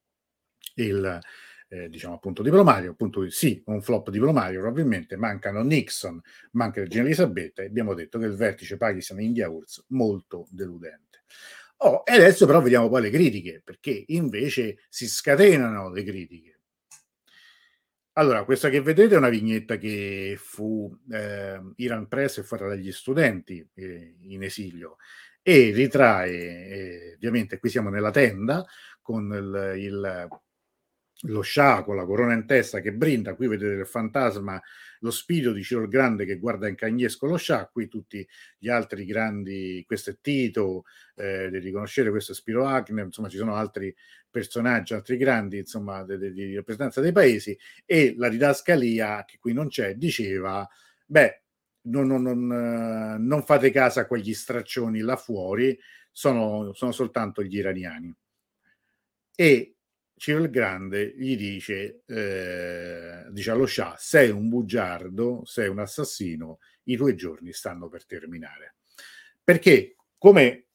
diciamo appunto diplomatico, appunto sì, un flop diplomatico probabilmente, mancano Nixon, manca Regina Elisabetta e abbiamo detto che il vertice Pakistan-India-URSS molto deludente. E adesso però vediamo poi le critiche, perché invece si scatenano le critiche. Allora, questa che vedete è una vignetta che fu Iran Press e fatta dagli studenti in esilio e ritrae, ovviamente qui siamo nella tenda con il lo Shah con la corona in testa che brinda, qui vedete il fantasma, lo spirito di Ciro il Grande che guarda in cagnesco lo Shah, qui tutti gli altri grandi, questo è Tito, di riconoscere, questo è Spiro Agnew, insomma ci sono altri personaggi, altri grandi, insomma, di rappresentanza dei paesi, e la didascalia, che qui non c'è, diceva, beh, non fate caso a quegli straccioni là fuori, sono soltanto gli iraniani. E Ciro il Grande gli dice allo Shah: sei un bugiardo, sei un assassino, i tuoi giorni stanno per terminare. Perché, come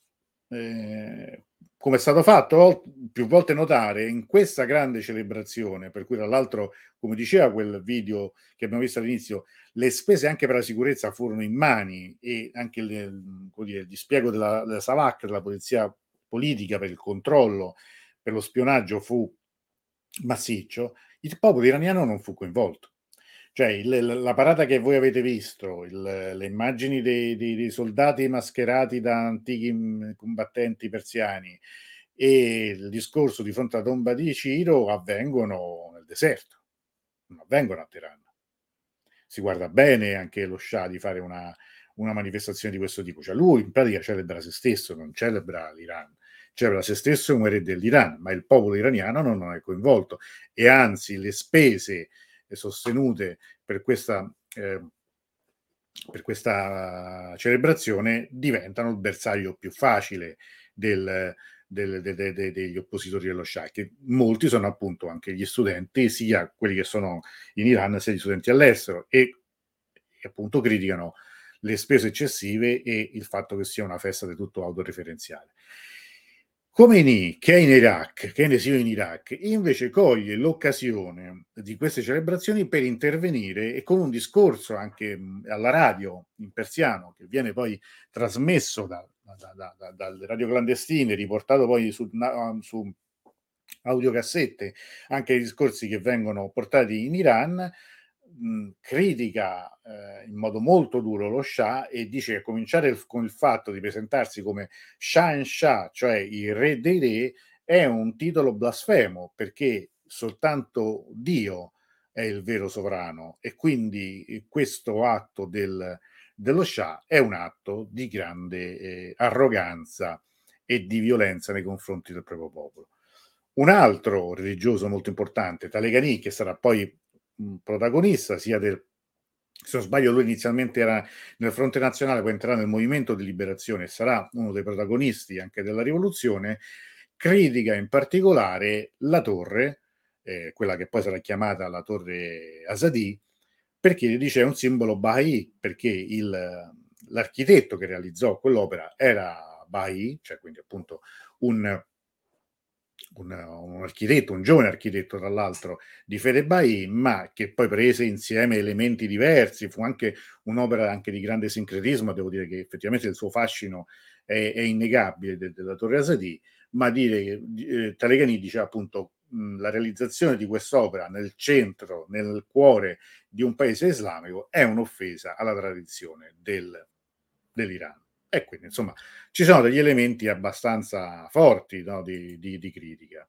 è stato fatto più volte notare in questa grande celebrazione, per cui tra l'altro, come diceva quel video che abbiamo visto all'inizio, le spese anche per la sicurezza furono in mani, e anche il dispiego della SAVAK, della polizia politica, per il controllo, per lo spionaggio fu massiccio, il popolo iraniano non fu coinvolto. Cioè la parata che voi avete visto, le immagini dei soldati mascherati da antichi combattenti persiani e il discorso di fronte alla tomba di Ciro avvengono nel deserto, non avvengono a Teheran. Si guarda bene anche lo Shah di fare una manifestazione di questo tipo. Cioè lui in pratica celebra se stesso, non celebra l'Iran. Celebra se stesso come re dell'Iran, ma il popolo iraniano non è coinvolto. E anzi le spese sostenute per questa celebrazione diventano il bersaglio più facile degli oppositori dello Shah, che molti sono appunto anche gli studenti, sia quelli che sono in Iran sia gli studenti all'estero, e appunto criticano le spese eccessive e il fatto che sia una festa del tutto autoreferenziale. Khomeini, che è in Iraq, che è in esilio in Iraq, invece coglie l'occasione di queste celebrazioni per intervenire, e con un discorso anche alla radio in persiano, che viene poi trasmesso dalle radio clandestine, riportato poi su audiocassette, anche i discorsi che vengono portati in Iran, critica in modo molto duro lo Shah e dice che cominciare con il fatto di presentarsi come Shah, cioè il re dei re, è un titolo blasfemo, perché soltanto Dio è il vero sovrano, e quindi questo atto dello Shah è un atto di grande arroganza e di violenza nei confronti del proprio popolo. Un altro religioso molto importante, Taleghani, che sarà poi protagonista sia se non sbaglio lui inizialmente era nel Fronte Nazionale, poi entrerà nel Movimento di Liberazione e sarà uno dei protagonisti anche della rivoluzione, critica in particolare la torre, quella che poi sarà chiamata la torre Azadi, perché dice è un simbolo Baha'i, perché l'architetto che realizzò quell'opera era Baha'i, cioè quindi appunto un architetto, un giovane architetto tra l'altro di fede Baha'i, ma che poi prese insieme elementi diversi, fu anche un'opera anche di grande sincretismo. Devo dire che effettivamente il suo fascino è innegabile della Torre Azadi, ma dire che Taleghani diceva appunto la realizzazione di quest'opera nel centro, nel cuore di un paese islamico è un'offesa alla tradizione dell'Iran. E quindi, insomma, ci sono degli elementi abbastanza forti, no, di critica.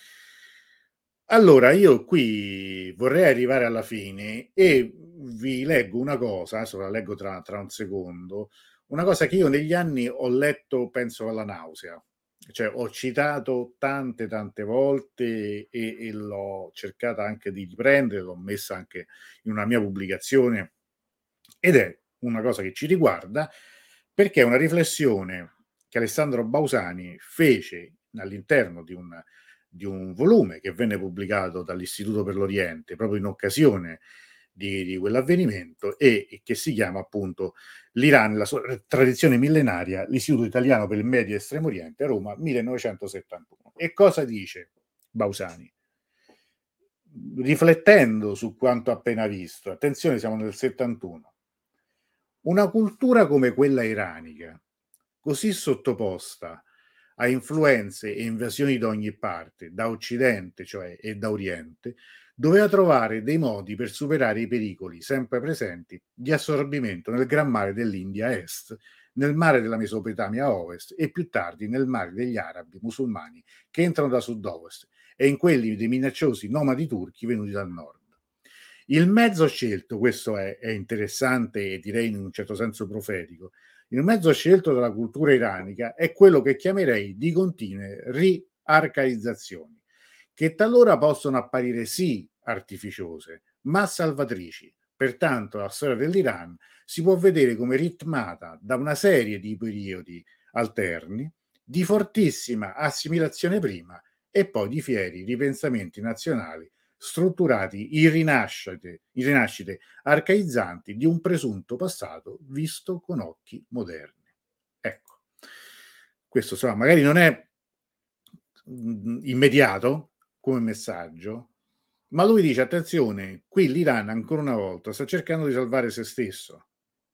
Allora, io qui vorrei arrivare alla fine e vi leggo una cosa, adesso la leggo tra un secondo, una cosa che io negli anni ho letto, penso alla nausea. Cioè, ho citato tante volte e l'ho cercata anche di riprendere, l'ho messa anche in una mia pubblicazione, ed è una cosa che ci riguarda, perché è una riflessione che Alessandro Bausani fece all'interno di un volume che venne pubblicato dall'Istituto per l'Oriente proprio in occasione di quell'avvenimento, e che si chiama appunto L'Iran, la sua tradizione millenaria, l'Istituto Italiano per il Medio e Estremo Oriente, a Roma, 1971. E cosa dice Bausani? Riflettendo su quanto appena visto, attenzione, siamo nel 71, una cultura come quella iranica, così sottoposta a influenze e invasioni da ogni parte, da Occidente, cioè, e da Oriente, doveva trovare dei modi per superare i pericoli sempre presenti di assorbimento nel Gran Mare dell'India a est, nel mare della Mesopotamia a ovest e più tardi nel mare degli arabi musulmani che entrano da sud-ovest, e in quelli dei minacciosi nomadi turchi venuti dal nord. Il mezzo scelto, questo è interessante e direi in un certo senso profetico, il mezzo scelto dalla cultura iranica è quello che chiamerei di continue riarcaizzazioni, che talora possono apparire sì artificiose, ma salvatrici. Pertanto la storia dell'Iran si può vedere come ritmata da una serie di periodi alterni di fortissima assimilazione prima e poi di fieri ripensamenti nazionali strutturati in rinascite arcaizzanti di un presunto passato visto con occhi moderni. Ecco, questo insomma magari non è immediato come messaggio, ma lui dice attenzione, qui l'Iran ancora una volta sta cercando di salvare se stesso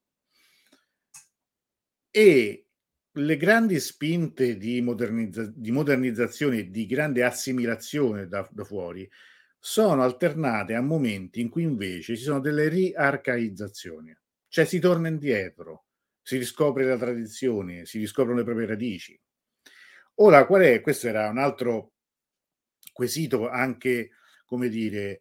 e le grandi spinte di modernizzazione e di grande assimilazione da fuori sono alternate a momenti in cui invece ci sono delle riarcaizzazioni, cioè si torna indietro, si riscopre la tradizione, si riscoprono le proprie radici. Ora, qual è? Questo era un altro quesito anche, come dire,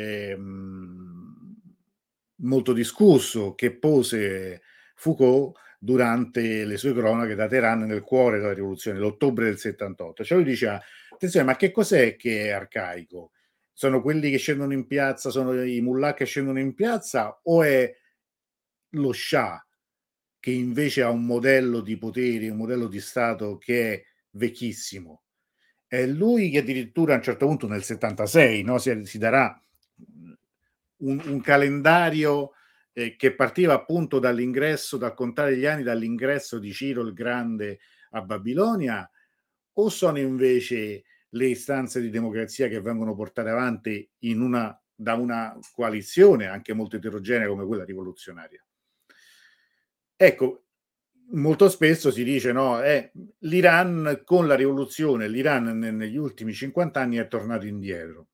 molto discusso che pose Foucault durante le sue cronache da Teheran nel cuore della rivoluzione, l'ottobre del 78. Cioè lui diceva, attenzione, ma che cos'è che è arcaico? Sono quelli che scendono in piazza, sono i mullah che scendono in piazza o è lo Shah che invece ha un modello di potere, un modello di Stato che è vecchissimo? È lui che addirittura a un certo punto nel 76 no, si darà un calendario che partiva appunto dall'ingresso, dal contare gli anni dall'ingresso di Ciro il Grande a Babilonia, o sono invece le istanze di democrazia che vengono portate avanti da una coalizione anche molto eterogenea come quella rivoluzionaria? Ecco, molto spesso si dice no, l'Iran con la rivoluzione, l'Iran negli ultimi 50 anni è tornato indietro.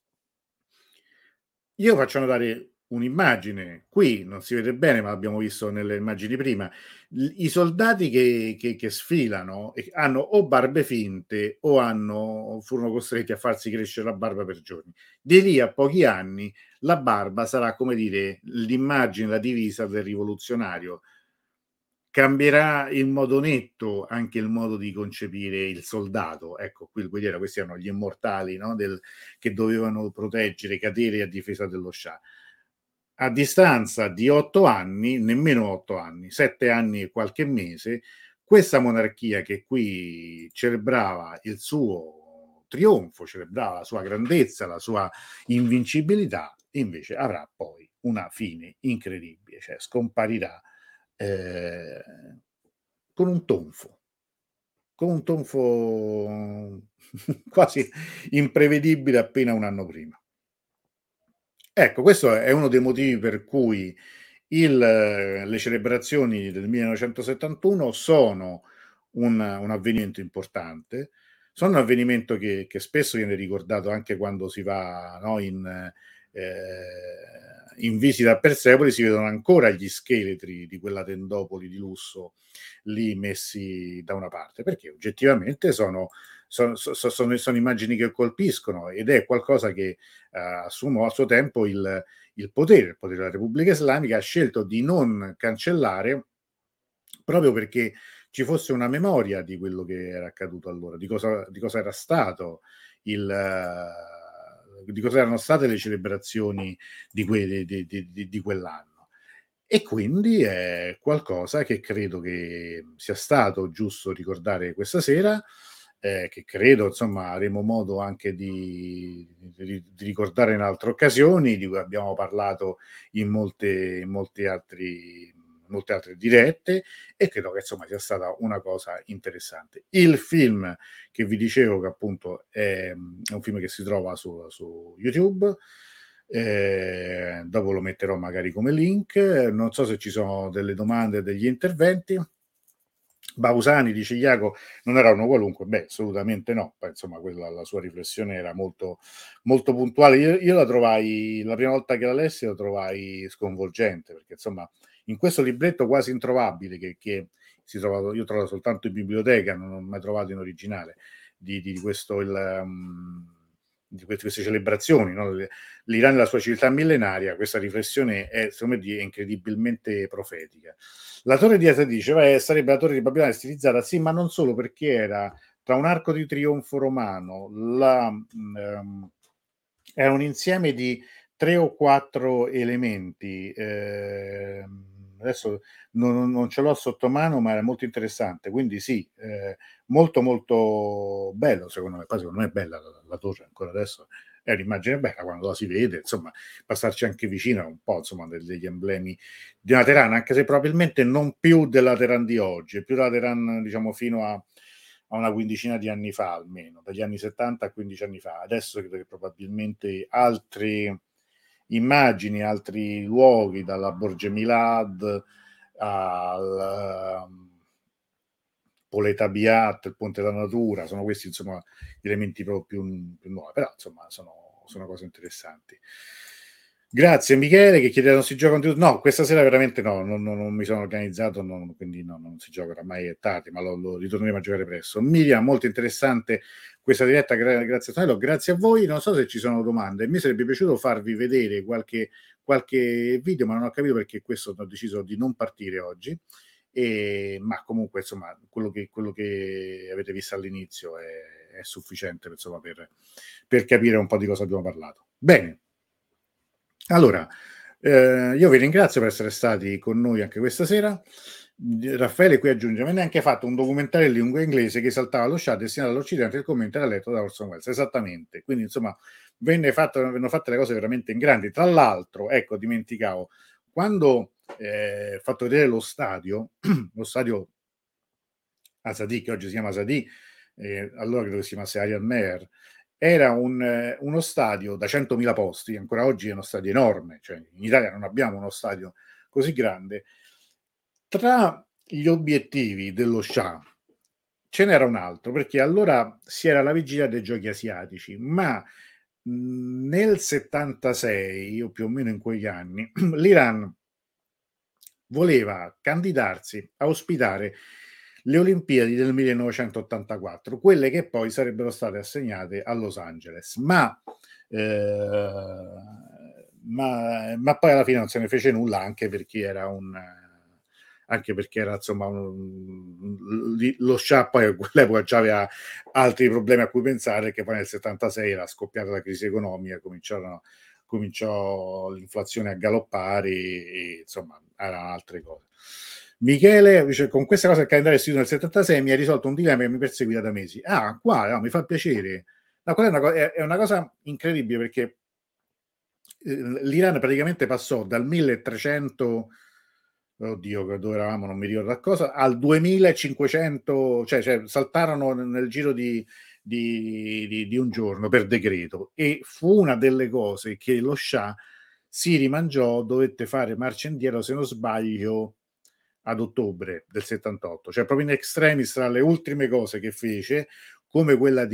Io faccio notare un'immagine, qui non si vede bene, ma l'abbiamo visto nelle immagini prima. I soldati che sfilano hanno o barbe finte o furono costretti a farsi crescere la barba per giorni. Di lì a pochi anni la barba sarà, come dire, l'immagine, la divisa del rivoluzionario. Cambierà in modo netto anche il modo di concepire il soldato. Ecco, questi erano gli immortali, no? Che dovevano proteggere, cadere a difesa dello Shah. A distanza di 8 anni, nemmeno 8 anni, 7 anni e qualche mese, questa monarchia che qui celebrava il suo trionfo, celebrava la sua grandezza, la sua invincibilità, invece avrà poi una fine incredibile, cioè scomparirà con un tonfo quasi imprevedibile appena un anno prima. Ecco, questo è uno dei motivi per cui le celebrazioni del 1971 sono un avvenimento importante, sono un avvenimento che spesso viene ricordato anche quando si va in visita a Persepoli, si vedono ancora gli scheletri di quella tendopoli di lusso lì messi da una parte, perché oggettivamente sono immagini che colpiscono ed è qualcosa che assumono a suo tempo il potere della Repubblica Islamica, ha scelto di non cancellare proprio perché ci fosse una memoria di quello che era accaduto allora, di cosa era stato di cosa erano state le celebrazioni di quell'anno. E quindi è qualcosa che credo che sia stato giusto ricordare questa sera, che credo insomma avremo modo anche di ricordare in altre occasioni, di cui abbiamo parlato in molte altre dirette, e credo che insomma sia stata una cosa interessante. Il film che vi dicevo che appunto è un film che si trova su YouTube, dopo lo metterò magari come link, non so se ci sono delle domande, degli interventi. Bausani, dice Iaco, non era uno qualunque? Beh, assolutamente no. Poi, insomma, la sua riflessione era molto, molto puntuale. Io la trovai, la prima volta che la lessi, la trovai sconvolgente, perché insomma, in questo libretto quasi introvabile che si trova, io ho trovato soltanto in biblioteca, non ho mai trovato in originale, di questo queste celebrazioni, no? L'Iran e la sua civiltà millenaria, questa riflessione è, secondo me, è incredibilmente profetica. La torre di Asa dice, sarebbe la torre di Babilonia stilizzata, sì, ma non solo, perché era tra un arco di trionfo romano, era un insieme di 3 o 4 elementi, adesso non ce l'ho sotto mano, ma era molto interessante, quindi sì, molto molto bello secondo me. Poi secondo me è bella la torre ancora adesso, è un'immagine bella quando la si vede, insomma, passarci anche vicino è un po', insomma, degli emblemi di una Teheran, anche se probabilmente non più della Teheran di oggi, è più la Teheran, diciamo, fino a una quindicina di anni fa, almeno dagli anni 70 a 15 anni fa. Adesso credo che probabilmente altre immagini, altri luoghi, dalla Borge Milad al Poleta Biat, il Ponte della Natura, sono questi, insomma, gli elementi proprio più nuovi, però insomma sono cose interessanti. Grazie Michele che chiede non si gioca no, questa sera veramente no, non mi sono organizzato, quindi no, non si gioca, oramai è tardi, ma lo ritorneremo a giocare presto. Miriam, molto interessante questa diretta, grazie a Tonello, grazie a voi. Non so se ci sono domande, mi sarebbe piaciuto farvi vedere qualche video, ma non ho capito perché questo ho deciso di non partire oggi. Ma comunque insomma quello che avete visto all'inizio è sufficiente, insomma, per capire un po' di cosa abbiamo parlato. Bene, allora io vi ringrazio per essere stati con noi anche questa sera. Raffaele qui aggiunge: venne anche fatto un documentario in lingua inglese che esaltava lo Shah destinato all'Occidente, il commento era letto da Orson Welles. Esattamente, quindi insomma vennero fatte le cose veramente in grandi. Tra l'altro, ecco, dimenticavo, quando fatto vedere lo stadio Azadi, che oggi si chiama Azadi, allora credo che si chiamasse Ariad Meher, era uno stadio da 100.000 posti, ancora oggi è uno stadio enorme, cioè in Italia non abbiamo uno stadio così grande. Tra gli obiettivi dello Shah ce n'era un altro, perché allora si era alla vigilia dei giochi asiatici, ma nel 76 o più o meno in quegli anni l'Iran voleva candidarsi a ospitare le Olimpiadi del 1984, quelle che poi sarebbero state assegnate a Los Angeles, ma poi alla fine non se ne fece nulla, anche perché era insomma lo Shah poi a quell'epoca già aveva altri problemi a cui pensare, che poi nel 76 era scoppiata la crisi economica, cominciò l'inflazione a galoppare e insomma erano altre cose. Michele dice: con questa cosa il calendario istituito nel 76 mi ha risolto un dilemma che mi perseguita da mesi. Mi fa piacere. No, quella è una cosa incredibile, perché l'Iran praticamente passò dal 1300, oddio, dove eravamo non mi ricordo a cosa, al 2500, cioè saltarono nel giro di un giorno per decreto, e fu una delle cose che lo Shah si rimangiò, dovette fare marcia indietro, se non sbaglio, ad ottobre del 78, cioè proprio in extremis, tra le ultime cose che fece, come quella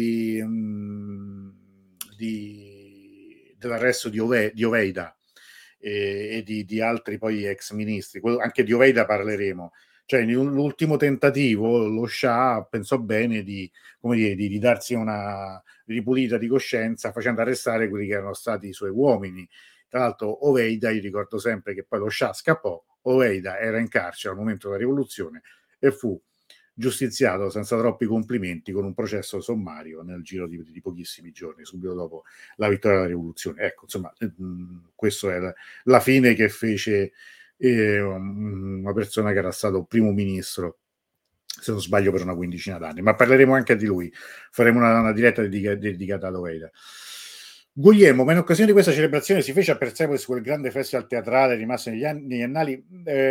dell'arresto di Oveida e di altri poi ex ministri. Anche di Oveida parleremo. Cioè, nell'ultimo tentativo lo Shah pensò bene di darsi una ripulita di coscienza facendo arrestare quelli che erano stati i suoi uomini. Tra l'altro Oveida, io ricordo sempre che poi lo Shah scappò, Oveida era in carcere al momento della rivoluzione e fu giustiziato senza troppi complimenti con un processo sommario nel giro di pochissimi giorni, subito dopo la vittoria della rivoluzione. Ecco, insomma, questa è la fine che fece una persona che era stato primo ministro, se non sbaglio, per una quindicina d'anni, ma parleremo anche di lui, faremo una diretta dedicata ad Oveida. Guglielmo, ma in occasione di questa celebrazione si fece a Persepolis quel grande festival teatrale rimasto negli annali?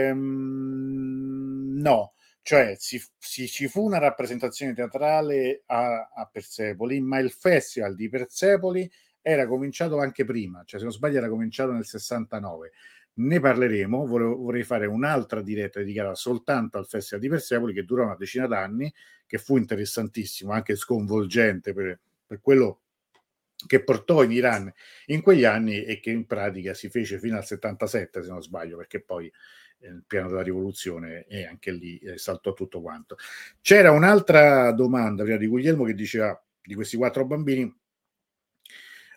No, cioè ci fu una rappresentazione teatrale a Persepoli, ma il festival di Persepoli era cominciato anche prima, cioè se non sbaglio era cominciato nel 69. Ne parleremo, vorrei fare un'altra diretta dedicata soltanto al festival di Persepoli, che durò una decina d'anni, che fu interessantissimo, anche sconvolgente per quello che portò in Iran in quegli anni e che in pratica si fece fino al 77, se non sbaglio, perché poi il piano della rivoluzione e anche lì saltò tutto quanto. C'era un'altra domanda prima di Guglielmo che diceva di questi 4 bambini.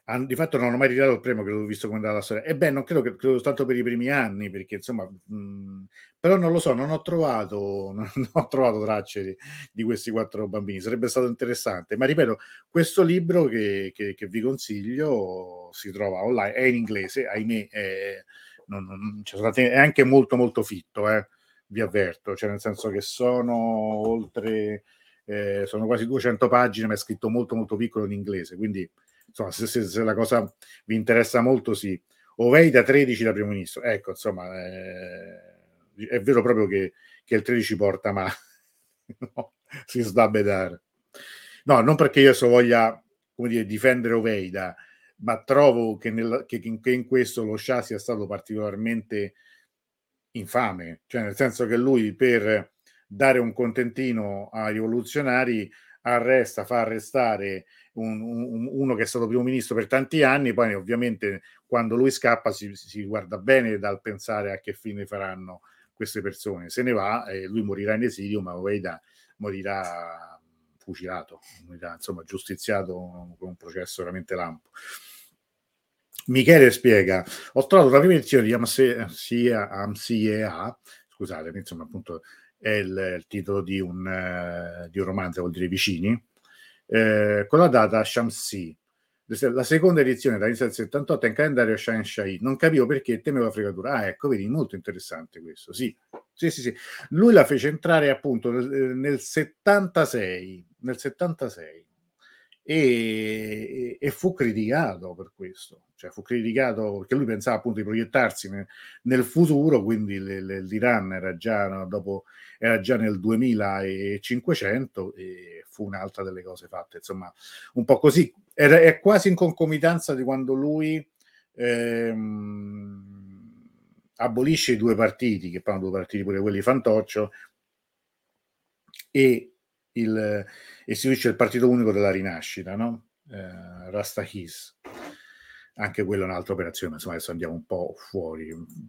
Di fatto non ho mai ritirato il premio, che l'ho visto come andava la storia. Non credo tanto per i primi anni, perché insomma, però non lo so, non ho trovato tracce di questi 4 bambini. Sarebbe stato interessante, ma ripeto, questo libro che vi consiglio si trova online, è in inglese, ahimè, è anche molto molto fitto, vi avverto, cioè nel senso che sono quasi 200 pagine, ma è scritto molto molto piccolo in inglese, quindi insomma, se la cosa vi interessa molto, sì. Oveida 13 da primo ministro, ecco, insomma, è vero proprio che il 13 porta, ma no, si sta a bedare. No, non perché io voglia, come dire, difendere Oveida, ma trovo che in questo lo Shah sia stato particolarmente infame, cioè nel senso che lui, per dare un contentino ai rivoluzionari, fa arrestare uno che è stato primo ministro per tanti anni. Poi ovviamente quando lui scappa si guarda bene dal pensare a che fine faranno queste persone. Se ne va e lui morirà in esilio, ma Oveida morirà fucilato, morirà insomma giustiziato con un processo veramente lampo. Michele spiega: ho trovato la prima edizione di Amsiea, scusatemi, insomma, appunto è il titolo di un romanzo, vuol dire vicini, con la data Shamsi. La seconda edizione dall'inizio del 78 è in calendario Shahenshai. Non capivo perché, temevo la fregatura. Ecco, vedi, molto interessante questo. Sì. Lui la fece entrare appunto nel 76. E fu criticato per questo, cioè fu criticato perché lui pensava appunto di proiettarsi nel futuro, quindi l'Iran era già nel 2500 e fu un'altra delle cose fatte, insomma, un po' così. È quasi in concomitanza di quando lui abolisce i 2 partiti, che poi sono 2 partiti pure quelli fantoccio, e istituisce il partito unico della rinascita, no? Rastakhis. Anche quella è un'altra operazione, ma insomma adesso andiamo un po' fuori.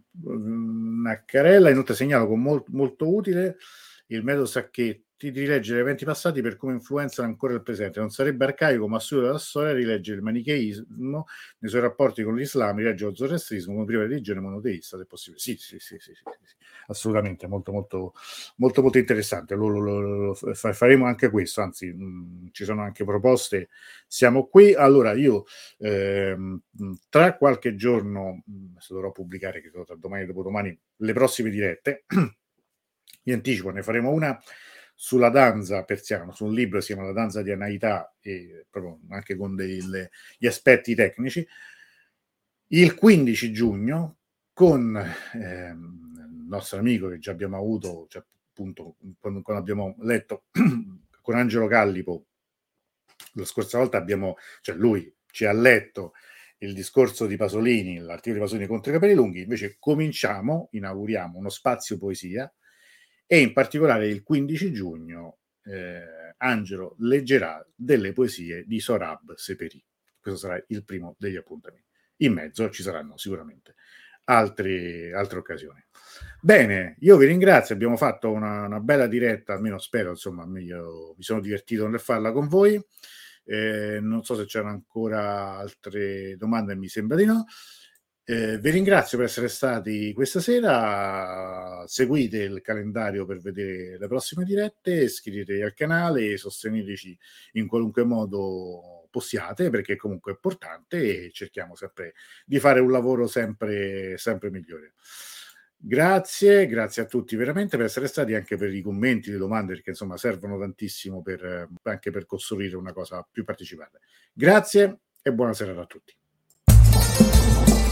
Naccarella inoltre segnalo con molto utile il metodo Sacchetti di rileggere eventi passati per come influenzano ancora il presente. Non sarebbe arcaico, ma studio della storia, rileggere il manicheismo nei suoi rapporti con l'Islam, rileggere lo zoroastrismo come prima religione monoteista, se possibile. Sì, assolutamente, molto molto molto molto interessante. Faremo anche questo, anzi ci sono anche proposte, siamo qui. Allora io tra qualche giorno, se dovrò pubblicare, che tra domani e dopodomani, le prossime dirette, vi anticipo, ne faremo una sulla danza persiana, su un libro che si chiama La danza di Anaïta, e proprio anche con gli aspetti tecnici. Il 15 giugno con il nostro amico che già abbiamo avuto, cioè, appunto quando abbiamo letto con Angelo Callipo la scorsa volta, lui ci ha letto il discorso di Pasolini, l'articolo di Pasolini contro i capelli lunghi. Invece inauguriamo uno spazio poesia, e in particolare il 15 giugno Angelo leggerà delle poesie di Sohrab Sepehri. Questo sarà il primo degli appuntamenti. In mezzo ci saranno sicuramente altre occasioni. Bene, io vi ringrazio, abbiamo fatto una bella diretta, almeno spero, insomma, io mi sono divertito nel farla con voi. Non so se c'erano ancora altre domande, mi sembra di no. Vi ringrazio per essere stati questa sera. Seguite il calendario per vedere le prossime dirette, iscrivetevi al canale, sosteneteci in qualunque modo possiate, perché comunque è importante, e cerchiamo sempre di fare un lavoro sempre migliore. Grazie a tutti veramente per essere stati, anche per i commenti, le domande, perché insomma servono tantissimo anche per costruire una cosa più partecipata. Grazie e buona serata a tutti.